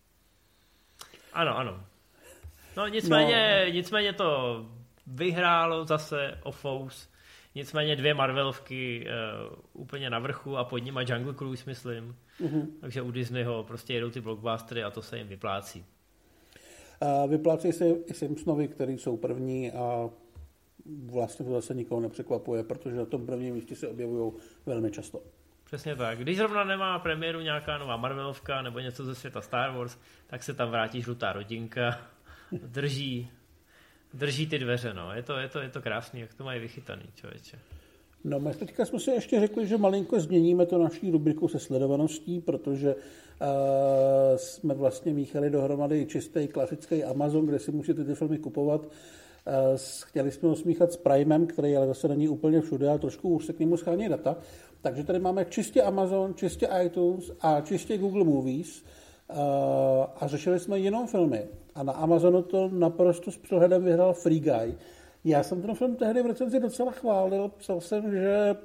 Ano, ano. No, nicméně, no. nicméně to vyhrálo zase o fous. Nicméně dvě Marvelovky uh, úplně na vrchu a pod nima Jungle Cruise, myslím. Uh-huh. Takže u Disneyho prostě jedou ty blockbustery a to se jim vyplácí.
Uh, vyplácí se i Simpsonovi, který jsou první a vlastně to zase nikoho nepřekvapuje, protože na tom prvním místě se objevují velmi často.
Přesně tak. Když zrovna nemá premiéru nějaká nová Marvelovka nebo něco ze světa Star Wars, tak se tam vrátí žlutá rodinka, drží, drží ty dveře. No. Je to, je to, je to krásný, jak to mají vychytaný, člověče.
No, my teďka jsme si ještě řekli, že malinko změníme to naší rubriku se sledovaností, protože uh, jsme vlastně míchali dohromady čistý klasický Amazon, kde si můžete ty filmy kupovat. Uh, chtěli jsme ho smíchat s Primem, který ale zase není úplně všude, ale trošku už se k němu schání data. Takže tady máme čistě Amazon, čistě iTunes a čistě Google Movies uh, a řešili jsme jenom filmy. A na Amazonu to naprosto s přehledem vyhrál Free Guy. Já jsem ten film tehdy v recenzi docela chválil, psal jsem, že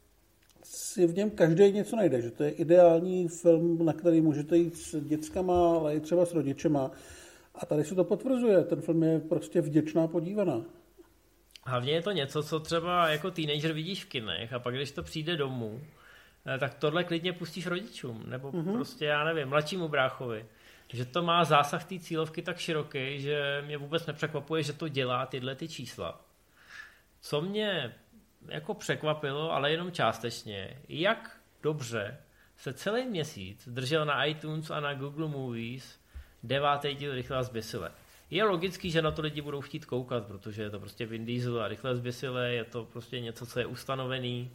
si v něm každý něco najde, že to je ideální film, na který můžete jít s dětskama, ale i třeba s rodičema. A tady se to potvrzuje, ten film je prostě vděčná podívaná.
Hlavně je to něco, co třeba jako teenager vidíš v kinech a pak když to přijde domů, tak tohle klidně pustíš rodičům, nebo mm-hmm. prostě, já nevím, mladšímu bráchovi. Že to má zásah té cílovky tak široký, že mě vůbec nepřekvapuje, že to dělá tyhle ty čísla. Co mě jako překvapilo, ale jenom částečně, jak dobře se celý měsíc držel na iTunes a na Google Movies devátý díl Rychle a zběsile. Je logický, že na to lidi budou chtít koukat, protože je to prostě Vin Diesel a Rychle a zběsile, je to prostě něco, co je ustanovený,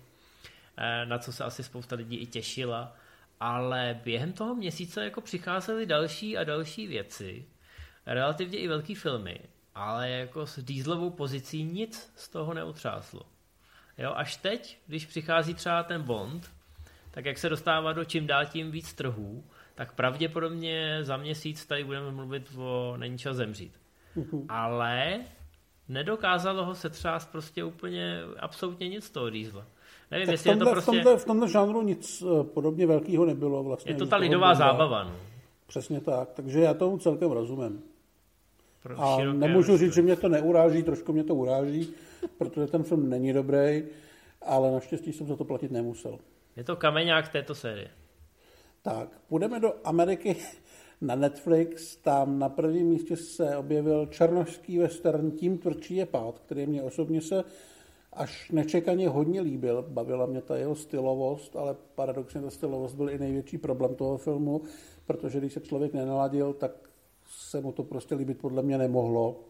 na co se asi spousta lidí i těšila. Ale během toho měsíce jako přicházely další a další věci, relativně i velký filmy, ale jako s Dieselovou pozicí nic z toho neotřáslo. Jo, až teď, když přichází třeba ten Bond, tak jak se dostává do čím dál tím víc trhů, tak pravděpodobně za měsíc tady budeme mluvit o Není čas zemřít. Uh-huh. Ale nedokázalo ho setřást prostě úplně absolutně nic z toho Diesela. Nevím,
tak
jestli
v, tomhle,
je to prostě...
v, tomhle, v tomhle žánru nic podobně velkého nebylo. Vlastně
je to ta lidová zábava. No.
Přesně tak, takže já tomu celkem rozumím.
Pro
a nemůžu říct, že mě to neuráží, trošku mě to uráží, protože ten film není dobrý, ale naštěstí jsem za to platit nemusel.
Je to kameňák této série.
Tak, půjdeme do Ameriky na Netflix. Tam na prvním místě se objevil černošský western Tím tvrdší je pád, který mě osobně se až nečekaně hodně líbil. Bavila mě ta jeho stylovost, ale paradoxně ta stylovost byl i největší problém toho filmu, protože když se člověk nenaladil, tak se mu to prostě líbit podle mě nemohlo.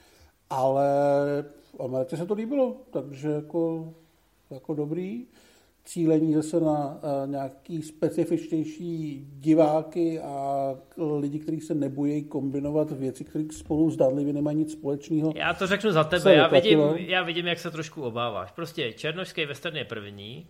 Ale v Americe se to líbilo, takže jako, jako dobrý. Cílení zase na uh, nějaký specifičtější diváky a lidi, kteří se nebojí kombinovat věci, které spolu zdánlivě nemají nic společného.
Já to řeknu za tebe, já vidím, já vidím, jak se trošku obáváš. Prostě černošský western je první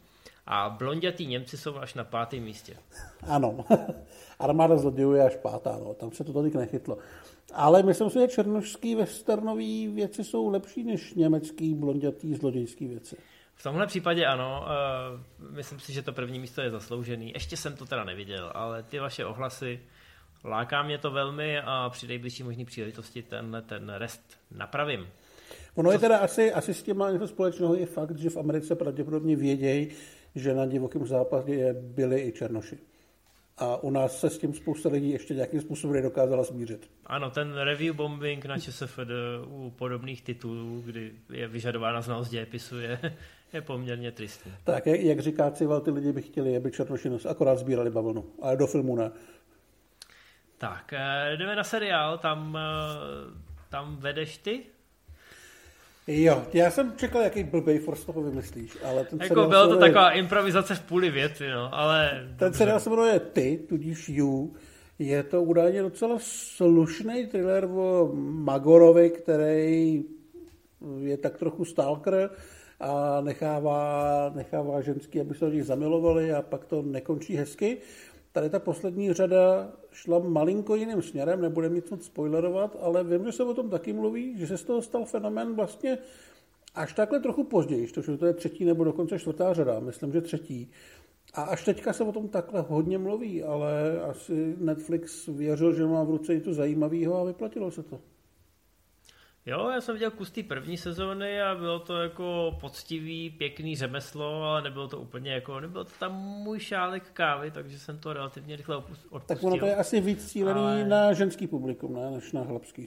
A blondětý Němci jsou až na pátém místě.
Ano, Armáda zlodějů je až pátá, no. Tam se to tolik nechytlo. Ale myslím si, že černošský westernový věci jsou lepší než německý blondětý zlodějský věci.
V tomhle případě ano, uh, myslím si, že to první místo je zasloužený. Ještě jsem to teda neviděl, ale ty vaše ohlasy, láká mě to velmi a při nejbližší možný příležitosti tenhle ten rest napravím.
Ono Co... je teda asi, asi s tím má něco společného i fakt, že v Americe pravděpodobně vědějí, že na divokém západě byli i černoši. A u nás se s tím spousta lidí ještě nějakým způsobem nedokázala smířit.
Ano, ten review bombing na ČSFD u podobných titulů, kdy je vyžadována znalost dějepisu, je, je poměrně tristní.
Tak, jak, jak říká Cival, ty lidi by chtěli, aby černoši nos akorát sbírali bavlnu, ale do filmu ne.
Tak, jdeme na seriál, tam, tam vedeš ty?
Jo, já jsem čekal, jaký blbej Force toho vymyslíš, ale ten
jako byla to taková improvizace v půli věty, no, ale...
Ten seriál se jmenuje Ty, tudíž You. Je to údajně docela slušný thriller o Magorovi, který je tak trochu stalker a nechává, nechává ženský, aby se do nich zamilovali a pak to nekončí hezky. Tady ta poslední řada šla malinko jiným směrem, nebudeme nic moc spoilerovat, ale vím, že se o tom taky mluví, že se z toho stal fenomén vlastně až takhle trochu později, protože to je třetí nebo dokonce čtvrtá řada, myslím, že třetí. A až teďka se o tom takhle hodně mluví, ale asi Netflix věřil, že má v ruce něco zajímavého a vyplatilo se to.
Jo, já jsem viděl kus té první sezóny a bylo to jako poctivý, pěkný řemeslo, ale nebylo to úplně jako, nebylo to tam můj šálek kávy, takže jsem to relativně rychle odpustil.
Tak ono to je asi víc cílený ale... na ženský publikum, ne, než na chlapský.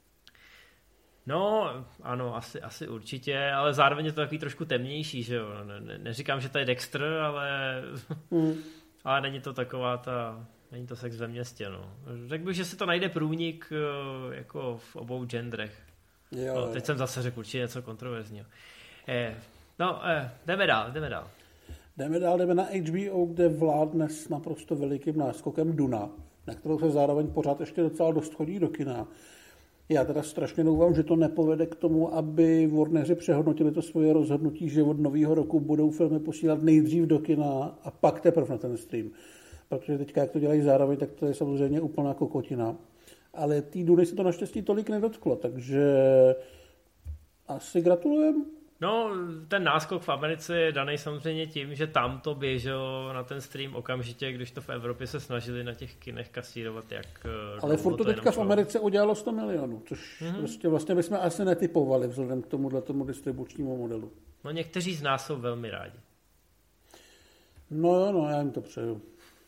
No, ano, asi, asi určitě, ale zároveň je to takový trošku temnější, že jo. Ne, ne, neříkám, že to je Dexter, ale, hmm. ale není to taková ta, není to sex ve městě, no. Řekl bych, že se to najde průnik jako v obou genderech.
Jo,
no, teď jo. jsem zase řekl určitě něco kontroverzního. Eh, no, eh, jdeme dál, jdeme dál.
Jdeme dál, jdeme na H B O, kde vládne s naprosto velikým náskokem Duna, na kterou se zároveň pořád ještě docela dost chodí do kina. Já teda strašně doufám, že to nepovede k tomu, aby Warneri přehodnotili to svoje rozhodnutí, že od nového roku budou filmy posílat nejdřív do kina a pak teprve na ten stream. Protože teďka, jak to dělají zároveň, tak to je samozřejmě úplná kokotina. Ale tý Duny se to naštěstí tolik nedotklo, takže asi gratulujem.
No, ten náskok v Americe je daný samozřejmě tím, že tam to běželo na ten stream okamžitě, když to v Evropě se snažili na těch kinech kasírovat, jak...
Ale furt to teďka v Americe udělalo sto milionů, což mm-hmm. prostě vlastně bychom asi netypovali vzhledem k tomuhle tomu distribučnímu modelu.
No někteří z nás jsou velmi rádi.
No jo, no já jim to přeju.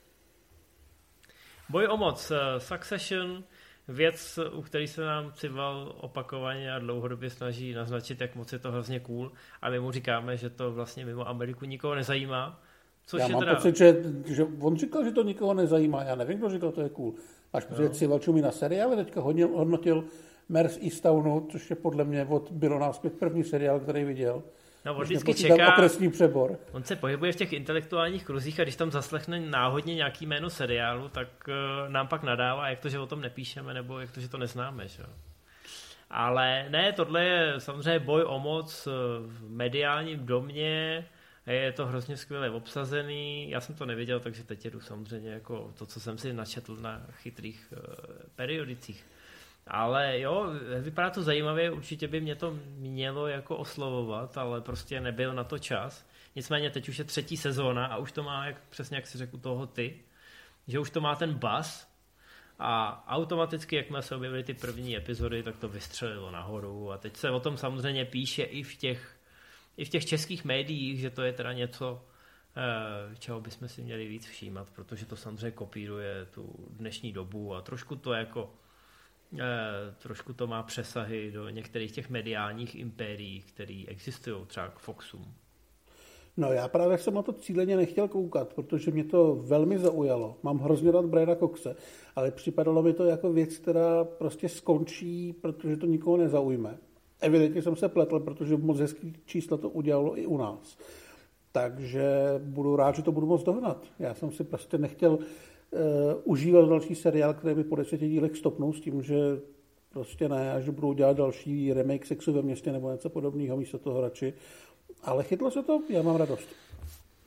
Boj o moc, Succession, věc, u který se nám Cival opakovaně a dlouhodobě snaží naznačit, jak moc je to hrozně cool a my mu říkáme, že to vlastně mimo Ameriku nikoho nezajímá. Což
já
je
mám
teda...
pocit, že, že on říkal, že to nikoho nezajímá, já nevím, kdo říkal, to je cool. Až protože no. Cival čumí na seriály, teďka hodně hodnotil Mare z Eastownu, což je podle mě od Bylo náspěch první seriál, který viděl.
No, on vždycky čeká,
okresní přebor.
On se pohybuje v těch intelektuálních kruzích a když tam zaslechne náhodně nějaký jméno seriálu, tak uh, nám pak nadává, jak to, že o tom nepíšeme, nebo jak to, že to neznáme. Že? Ale ne, tohle je samozřejmě boj o moc v mediálním domě, je to hrozně skvěle obsazený, já jsem to neviděl, takže teď jedu samozřejmě jako to, co jsem si načetl na chytrých uh, periodicích. Ale jo, vypadá to zajímavě, určitě by mě to mělo jako oslovovat, ale prostě nebyl na to čas. Nicméně teď už je třetí sezóna a už to má, jak, přesně jak si řekl toho ty, že už to má ten buzz a automaticky, jakmile se objevily ty první epizody, tak to vystřelilo nahoru a teď se o tom samozřejmě píše i v těch, i v těch českých médiích, že to je teda něco, čeho bychom si měli víc všímat, protože to samozřejmě kopíruje tu dnešní dobu a trošku to jako Eh, trošku to má přesahy do některých těch mediálních impérií, které existují, třeba k Foxům.
No já právě jsem na to cíleně nechtěl koukat, protože mě to velmi zaujalo. Mám hrozně rád Briana Coxe, ale připadalo mi to jako věc, která prostě skončí, protože to nikoho nezaujme. Evidentně jsem se pletl, protože moc hezký čísla to udělalo i u nás. Takže budu rád, že to budu moct dohnat. Já jsem si prostě nechtěl Uh, užíval další seriál, který by po deseti dílech stopnul s tím, že prostě ne, až budou dělat další remake Sexu ve městě nebo něco podobného místo toho radši. Ale chytlo se to, já mám radost.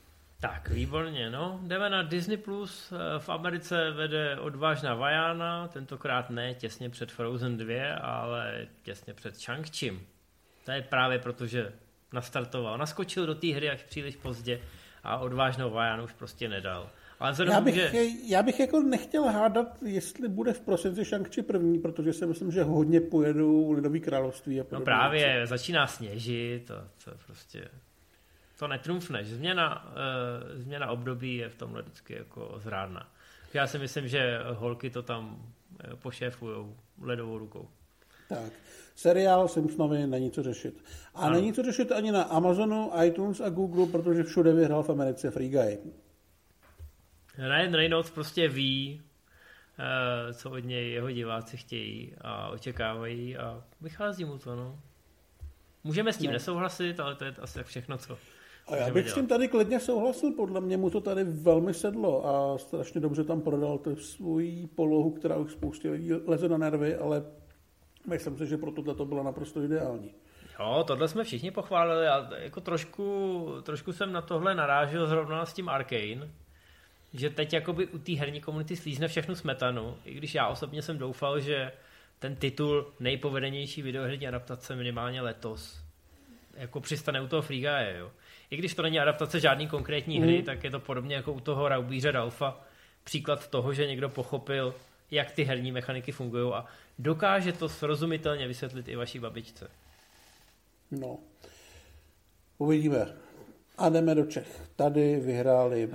Tak, výborně, no. Jdeme na Disney+. Plus. V Americe vede Odvážná Vajana, tentokrát ne těsně před Frozen dva, ale těsně před Shang-Chim. To je právě proto, že nastartoval, naskočil do té hry až příliš pozdě a Odvážnou Vajanu už prostě nedal. Ale
já, bych, že... já bych jako nechtěl hádat, jestli bude v prosinci Shang-Chi první, protože si myslím, že hodně pojedou Lidový království. A
no právě, věci. Začíná sněžit, to, to prostě... To netrumfneš. Změna, uh, změna období je v tomhle vždycky jako zrádná. Já si myslím, že holky to tam pošéfujou ledovou rukou.
Tak. Seriál Simpsonovi není co řešit. A ano. Není co řešit ani na Amazonu, iTunes a Google, protože všude vyhrál v Americe Free Guy.
Ryan Reynolds prostě ví, uh, co od něj jeho diváci chtějí a očekávají a vychází mu to, no. Můžeme s tím no. nesouhlasit, ale to je asi tak všechno, co
a já bych dělat. S tím tady klidně souhlasil, podle mě mu to tady velmi sedlo a strašně dobře tam prodal tu svoji polohu, která už spoustě lidí leze na nervy, ale myslím si, že pro tohle to bylo naprosto ideální.
Jo, tohle jsme všichni pochválili a jako trošku, trošku jsem na tohle narážil zrovna s tím Arcane, že teď jakoby u té herní komunity slízne všechnu smetanu, i když já osobně jsem doufal, že ten titul nejpovedenější videoherní adaptace minimálně letos jako přistane u toho Free Guye, jo. I když to není adaptace žádný konkrétní hry, mm. tak je to podobně jako u toho Raubíře Ralfa příklad toho, že někdo pochopil, jak ty herní mechaniky fungují a dokáže to srozumitelně vysvětlit i vaší babičce.
No, uvidíme. A jdeme do Čech. Tady vyhráli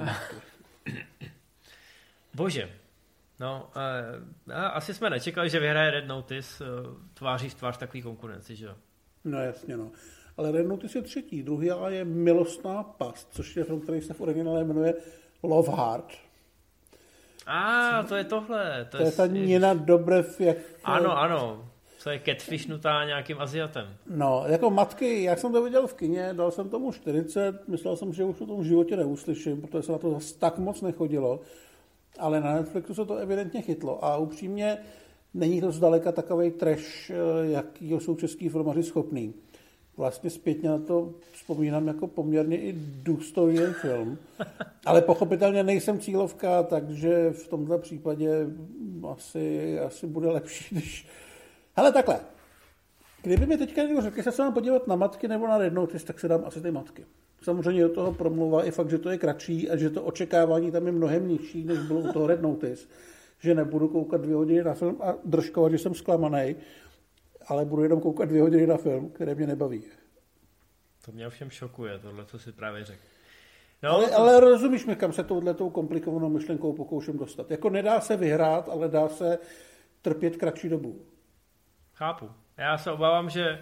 Bože. No, uh, asi jsme nečekali, že vyhraje Red Notice uh, tváří v tvář takový konkurenci, že jo?
No jasně, no. Ale Red Notice je třetí. Druhý je Milostná past, což je film, který se v originále jmenuje Love Heart.
A, ah, to je tohle.
To, to je, je ta Nina Dobrev, jak...
Ano, ano. Co je catfishnutá nějakým Aziatem.
No, jako matky, jak jsem to viděl v kině, dal jsem tomu čtyřicet, myslel jsem, že už o tom v životě neuslyším, protože se na to zase tak moc nechodilo. Ale na Netflixu se to evidentně chytlo a upřímně není to zdaleka takovej trash, jakýho jsou český filmaři schopný. Vlastně zpětně na to vzpomínám jako poměrně i důstojný film, ale pochopitelně nejsem cílovka, takže v tomto případě asi, asi bude lepší, když... Hele, takhle. Kdyby mi teďka někdo řekl, že se mám podívat na matky nebo na Red Notice, tak se dám asi ty matky. Samozřejmě do toho promluvá i fakt, že to je kratší a že to očekávání tam je mnohem nižší, než bylo u toho Red Notice. Že nebudu koukat dvě hodiny na film a držkovat, že jsem zklamanej, ale budu jenom koukat dvě hodiny na film, který mě nebaví.
To mě ovšem šokuje, tohle, co si právě řekl. No,
ale, to... ale rozumíš mi, kam se touhletou komplikovanou myšlenkou pokouším dostat. Jako nedá se vyhrát, ale dá se trpět kratší dobu.
Chápu. Já se obávám, že...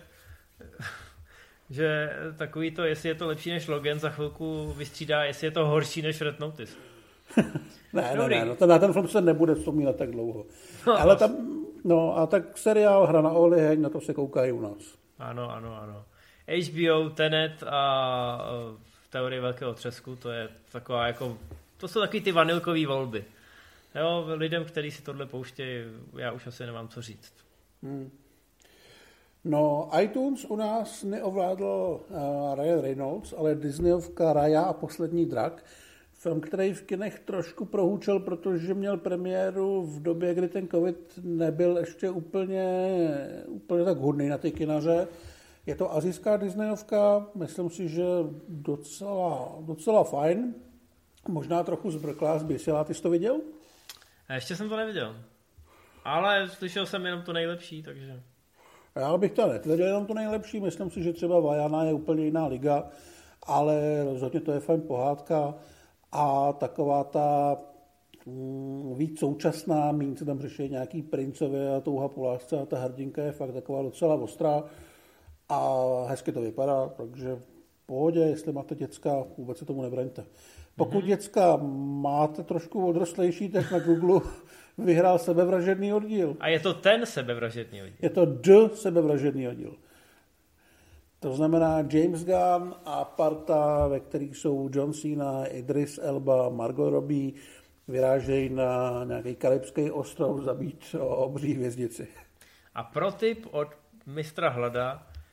že takový to, jestli je to lepší než Logan, za chvilku vystřídá, jestli je to horší než Red Notice.
ne, ne, ne, no, ten, na ten film se nebude vzpomínat tak dlouho. No, ale tam, no a tak seriál Hra na oliheň, na to se koukají u nás.
Ano, ano, ano. H B O, Tenet a v Teorii velkého třesku, to je taková jako, to jsou takový ty vanilkový volby. Jo, lidem, kteří si tohle pouštějí, já už asi nemám co říct.
Hmm. No, iTunes u nás neovládl uh, Ryan Reynolds, ale Disneyovka Raya a poslední drak. Film, který v kinech trošku prohůčel, protože měl premiéru v době, kdy ten covid nebyl ještě úplně, úplně tak hodný na ty kinaře. Je to asijská Disneyovka, myslím si, že docela, docela fajn. Možná trochu zbrklá, zběsila. Ty jsi to viděl?
A ještě jsem to neviděl. Ale slyšel jsem jenom to nejlepší, takže...
Já bych to netvrdil jenom to nejlepší, myslím si, že třeba Vajana je úplně jiná liga, ale rozhodně to je fajn pohádka a taková ta mm, víc současná, méně se tam řeší nějaký princové a touha po lásce a ta hrdinka je fakt taková docela ostrá a hezky to vypadá, takže v pohodě, jestli máte děcka, vůbec se tomu nebraňte. Pokud mm-hmm. děcka máte trošku odrostlejší, tak na Google vyhrál sebevražedný oddíl.
A je to ten sebevražedný oddíl?
Je to D sebevražedný oddíl. To znamená James Gunn a parta, ve kterých jsou John Cena, Idris Elba, Margot Robbie, vyrážejí na nějaký karibský ostrov zabít obří hvězdici.
A pro tip od mistra Hlada,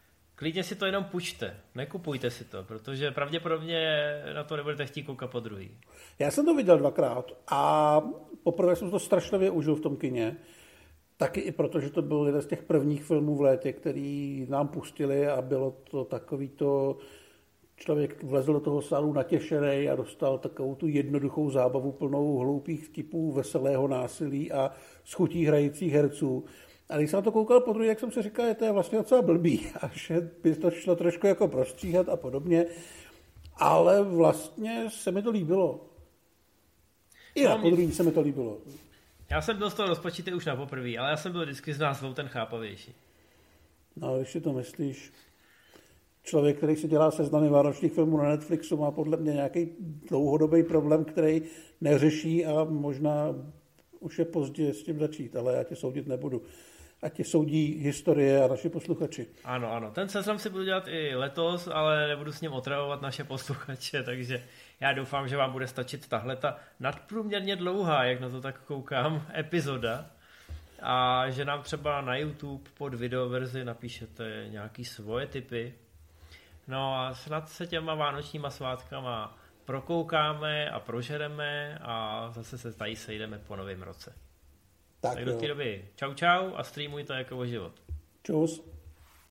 klidně si to jenom půjčte, nekupujte si to, protože pravděpodobně na to nebudete chtít koukat po druhý.
Já jsem to viděl dvakrát a poprvé jsem to strašlivě užil v tom kině. Taky i proto, že to byl jeden z těch prvních filmů v létě, který nám pustili a bylo to takový to, člověk vlezl do toho sálu natěšený a dostal takovou tu jednoduchou zábavu plnou hloupých vtipů, veselého násilí a schutí hrajících herců. A když jsem na to koukal po druhé, jak jsem si říkal, že to je vlastně docela blbý a že by to šlo trošku jako prostříhat a podobně. Ale vlastně se mi to líbilo. I na podruhé se mi to líbilo.
Já jsem byl z toho rozpačitý už na poprvé, ale já jsem byl vždycky z nás dvou ten chápavější.
No, když si to myslíš, člověk, který si dělá seznamy vánočních filmů na Netflixu, má podle mě nějaký dlouhodobý problém, který neřeší a možná už je pozdě s tím začít, ale já tě soudit nebudu. A tě soudí historie a naši posluchači.
Ano, ano. Ten seznam si budu dělat i letos, ale nebudu s ním otravovat naše posluchače, takže já doufám, že vám bude stačit tahle ta nadprůměrně dlouhá, jak na to tak koukám, epizoda. A že nám třeba na YouTube pod videoverzi napíšete nějaký svoje tipy. No a snad se těma vánočníma svátkama prokoukáme a prožereme a zase se tady sejdeme po novém roce. Tak, tak do té doby čau čau a streamujte jako o život.
Čus.